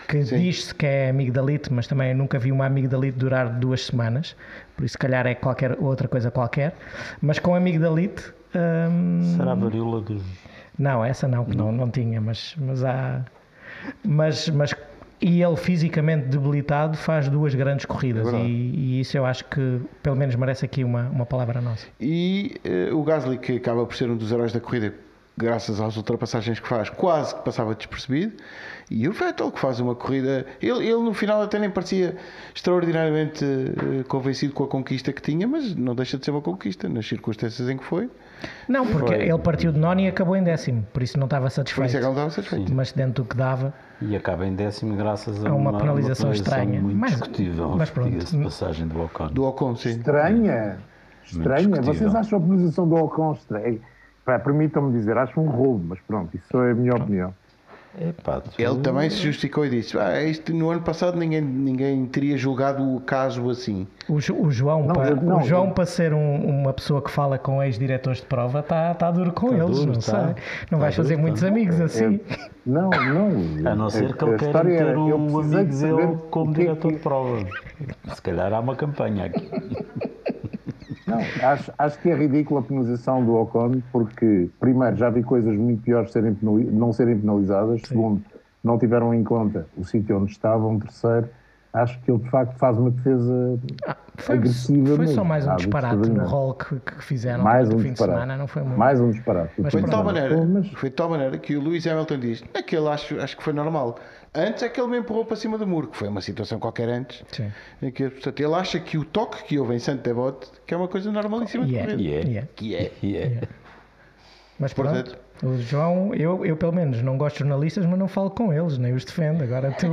que diz-se que é amigdalite, mas também eu nunca vi uma amigdalite durar 2 semanas, por isso se calhar é qualquer outra coisa qualquer, mas com amigdalite... Será a varíola dos... Não, essa não tinha, mas há... Mas e ele fisicamente debilitado faz 2 grandes corridas e isso eu acho que pelo menos merece aqui uma palavra nossa. E o Gasly, que acaba por ser um dos heróis da corrida graças às ultrapassagens que faz, quase que passava despercebido, e o Vettel, que faz uma corrida, ele no final até nem parecia extraordinariamente convencido com a conquista que tinha, mas não deixa de ser uma conquista nas circunstâncias em que foi. Não, porque ele partiu de 9º e acabou em 10º, por isso não estava satisfeito. Por isso é que ele não estava satisfeito. Mas dentro do que dava... E acaba em 10º graças a uma penalização estranha. muito discutível. Mas pronto. Diga-se de passagem do Ocon. Do Ocon, sim. Estranha. Vocês acham a penalização do Ocon estranha? Permitam-me dizer, acho um roubo, mas pronto, isso é a minha opinião. Epá, Ele também se justificou e disse: isto no ano passado ninguém teria julgado o caso assim. O João, para ser uma pessoa que fala com ex-diretores de prova, está duro com eles, duro, não sei. Não vais fazer muitos amigos assim. Não. A não ser que ele queira ter um amigo dele como diretor de prova. Se calhar há uma campanha aqui. Não, acho que é ridícula a penalização do Ocon, porque, primeiro, já vi coisas muito piores não serem penalizadas. Sim. Segundo, não tiveram em conta o sítio onde estavam. Terceiro, acho que ele, de facto, faz uma defesa agressiva. Foi só mais um disparate no rol que fizeram no fim de semana, não foi muito. Mais um disparate. Foi de tal maneira que o Lewis Hamilton diz: aquele acho que foi normal. Antes é que ele me empurrou para cima do muro, que foi uma situação qualquer antes. Sim. Em que, portanto, ele acha que o toque que houve em Santo-Devote que é uma coisa normalíssima de corrida. Mas pronto, o João, eu pelo menos não gosto de jornalistas, mas não falo com eles, nem os defendo. Agora tu...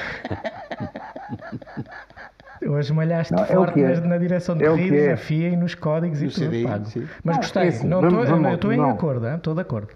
Hoje malhaste forte na direção de corrida, na FIA e nos códigos e tudo pago. Mas gostei, estou em acordo, estou de acordo.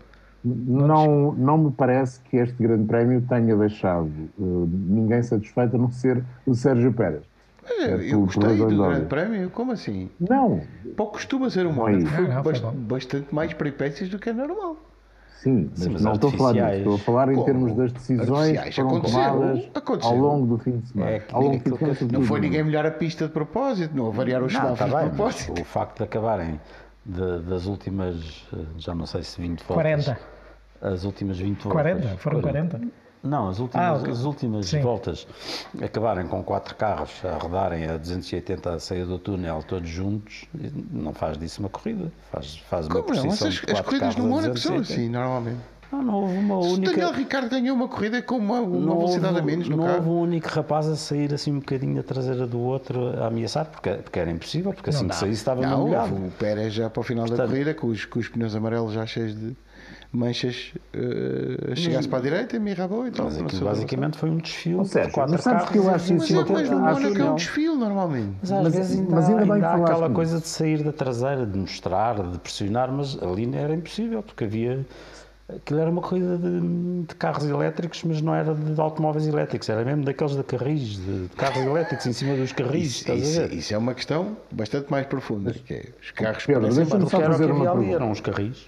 Não me parece que este grande prémio tenha deixado ninguém satisfeito a não ser o Sérgio Pérez. Eu gostei do grande prémio, como assim? Não. Pouco costuma ser um Mónaco, foi bastante mais peripécias do que é normal. Sim, mas não estou a falar disso, estou a falar em termos das decisões que foram tomadas ao longo do fim de semana. Não foi ninguém melhor a pista de propósito, não variar os semáforos de propósito. O facto de acabarem das últimas, já não sei se 20 voltas. 40. As últimas 20 voltas. 40? Foram 40? Não, as últimas voltas acabarem com 4 carros a rodarem a 280 a sair do túnel todos juntos, não faz disso uma corrida. Faz uma precisão de 4 as corridas no Mónaco são assim, normalmente. Não houve uma única... O Daniel Ricciardo ganhou uma corrida com uma velocidade a menos no carro. Não houve um único rapaz a sair assim um bocadinho a traseira do outro a ameaçar, porque era impossível, porque assim que saísse estava molhado. O Pérez já para o final da corrida, com os pneus amarelos já cheios de manchas, chegasse para a direita e me rabou e tal. Mas aquilo basicamente foi um desfile de 4 carros. Que eu acho mas no Mónaco é um desfile normalmente. Mas às vezes ainda há aquela coisa de sair da traseira, de mostrar, de pressionar, mas ali era impossível, porque aquilo era uma corrida de carros elétricos, mas não era de automóveis elétricos, era mesmo daqueles de carris, de carros elétricos em cima dos carris. Isso é uma questão bastante mais profunda, que é os carros deixa-me só fazer uma pergunta. Eram os carris.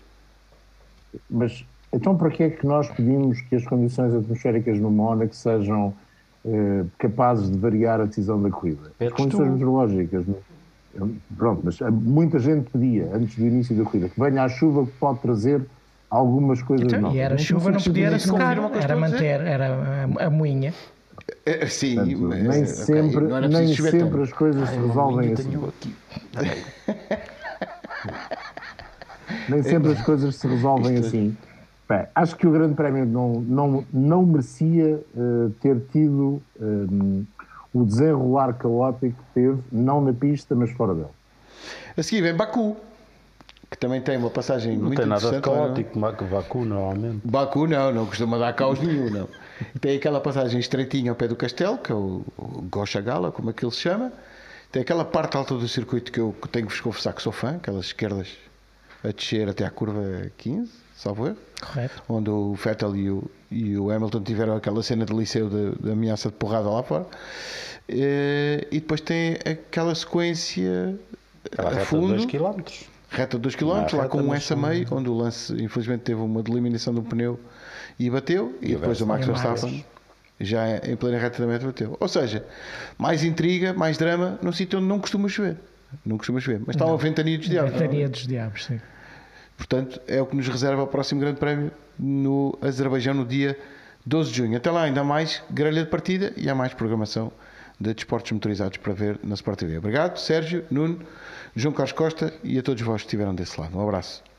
Mas então para que é que nós pedimos que as condições atmosféricas no Mónaco sejam capazes de variar a decisão da corrida? As condições meteorológicas, pronto, mas muita gente pedia antes do início da corrida que venha a chuva que pode trazer algumas coisas novas. E era chuva, não podia era secar, era manter, era a moinha. Sim, portanto, nem sempre as coisas se resolvem assim. Nem sempre as coisas se resolvem assim. Bem, acho que o Grande Prémio não merecia ter tido o desenrolar caótico que teve, não na pista, mas fora dela. A seguir vem Baku, que também tem uma passagem muito interessante. Não tem nada de caótico que Baku, normalmente. Baku não costuma dar caos nenhum, não. Tem aquela passagem estreitinha ao pé do castelo, que é o Gosha Gala, como aquilo se chama. Tem aquela parte alta do circuito que eu tenho que vos confessar que sou fã, aquelas esquerdas a descer até à curva 15, salvo erro. Correto. Onde o Vettel e o Hamilton tiveram aquela cena de liceu de ameaça de porrada lá fora. E depois tem aquela sequência a fundo. Reta de 2 km, lá com um S a meio, onde o Lance infelizmente teve uma eliminação do pneu e bateu. E depois o Max Verstappen já em plena reta da meta bateu. Ou seja, mais intriga, mais drama, num sítio onde não costuma chover. Não costuma chover. Mas está uma ventania dos diabos. Ventania dos diabos, sim. Portanto, é o que nos reserva o próximo grande prémio no Azerbaijão no dia 12 de junho. Até lá ainda há mais grelha de partida e há mais programação de desportos motorizados para ver na Sport TV. Obrigado, Sérgio, Nuno, João Carlos Costa e a todos vós que estiveram desse lado. Um abraço.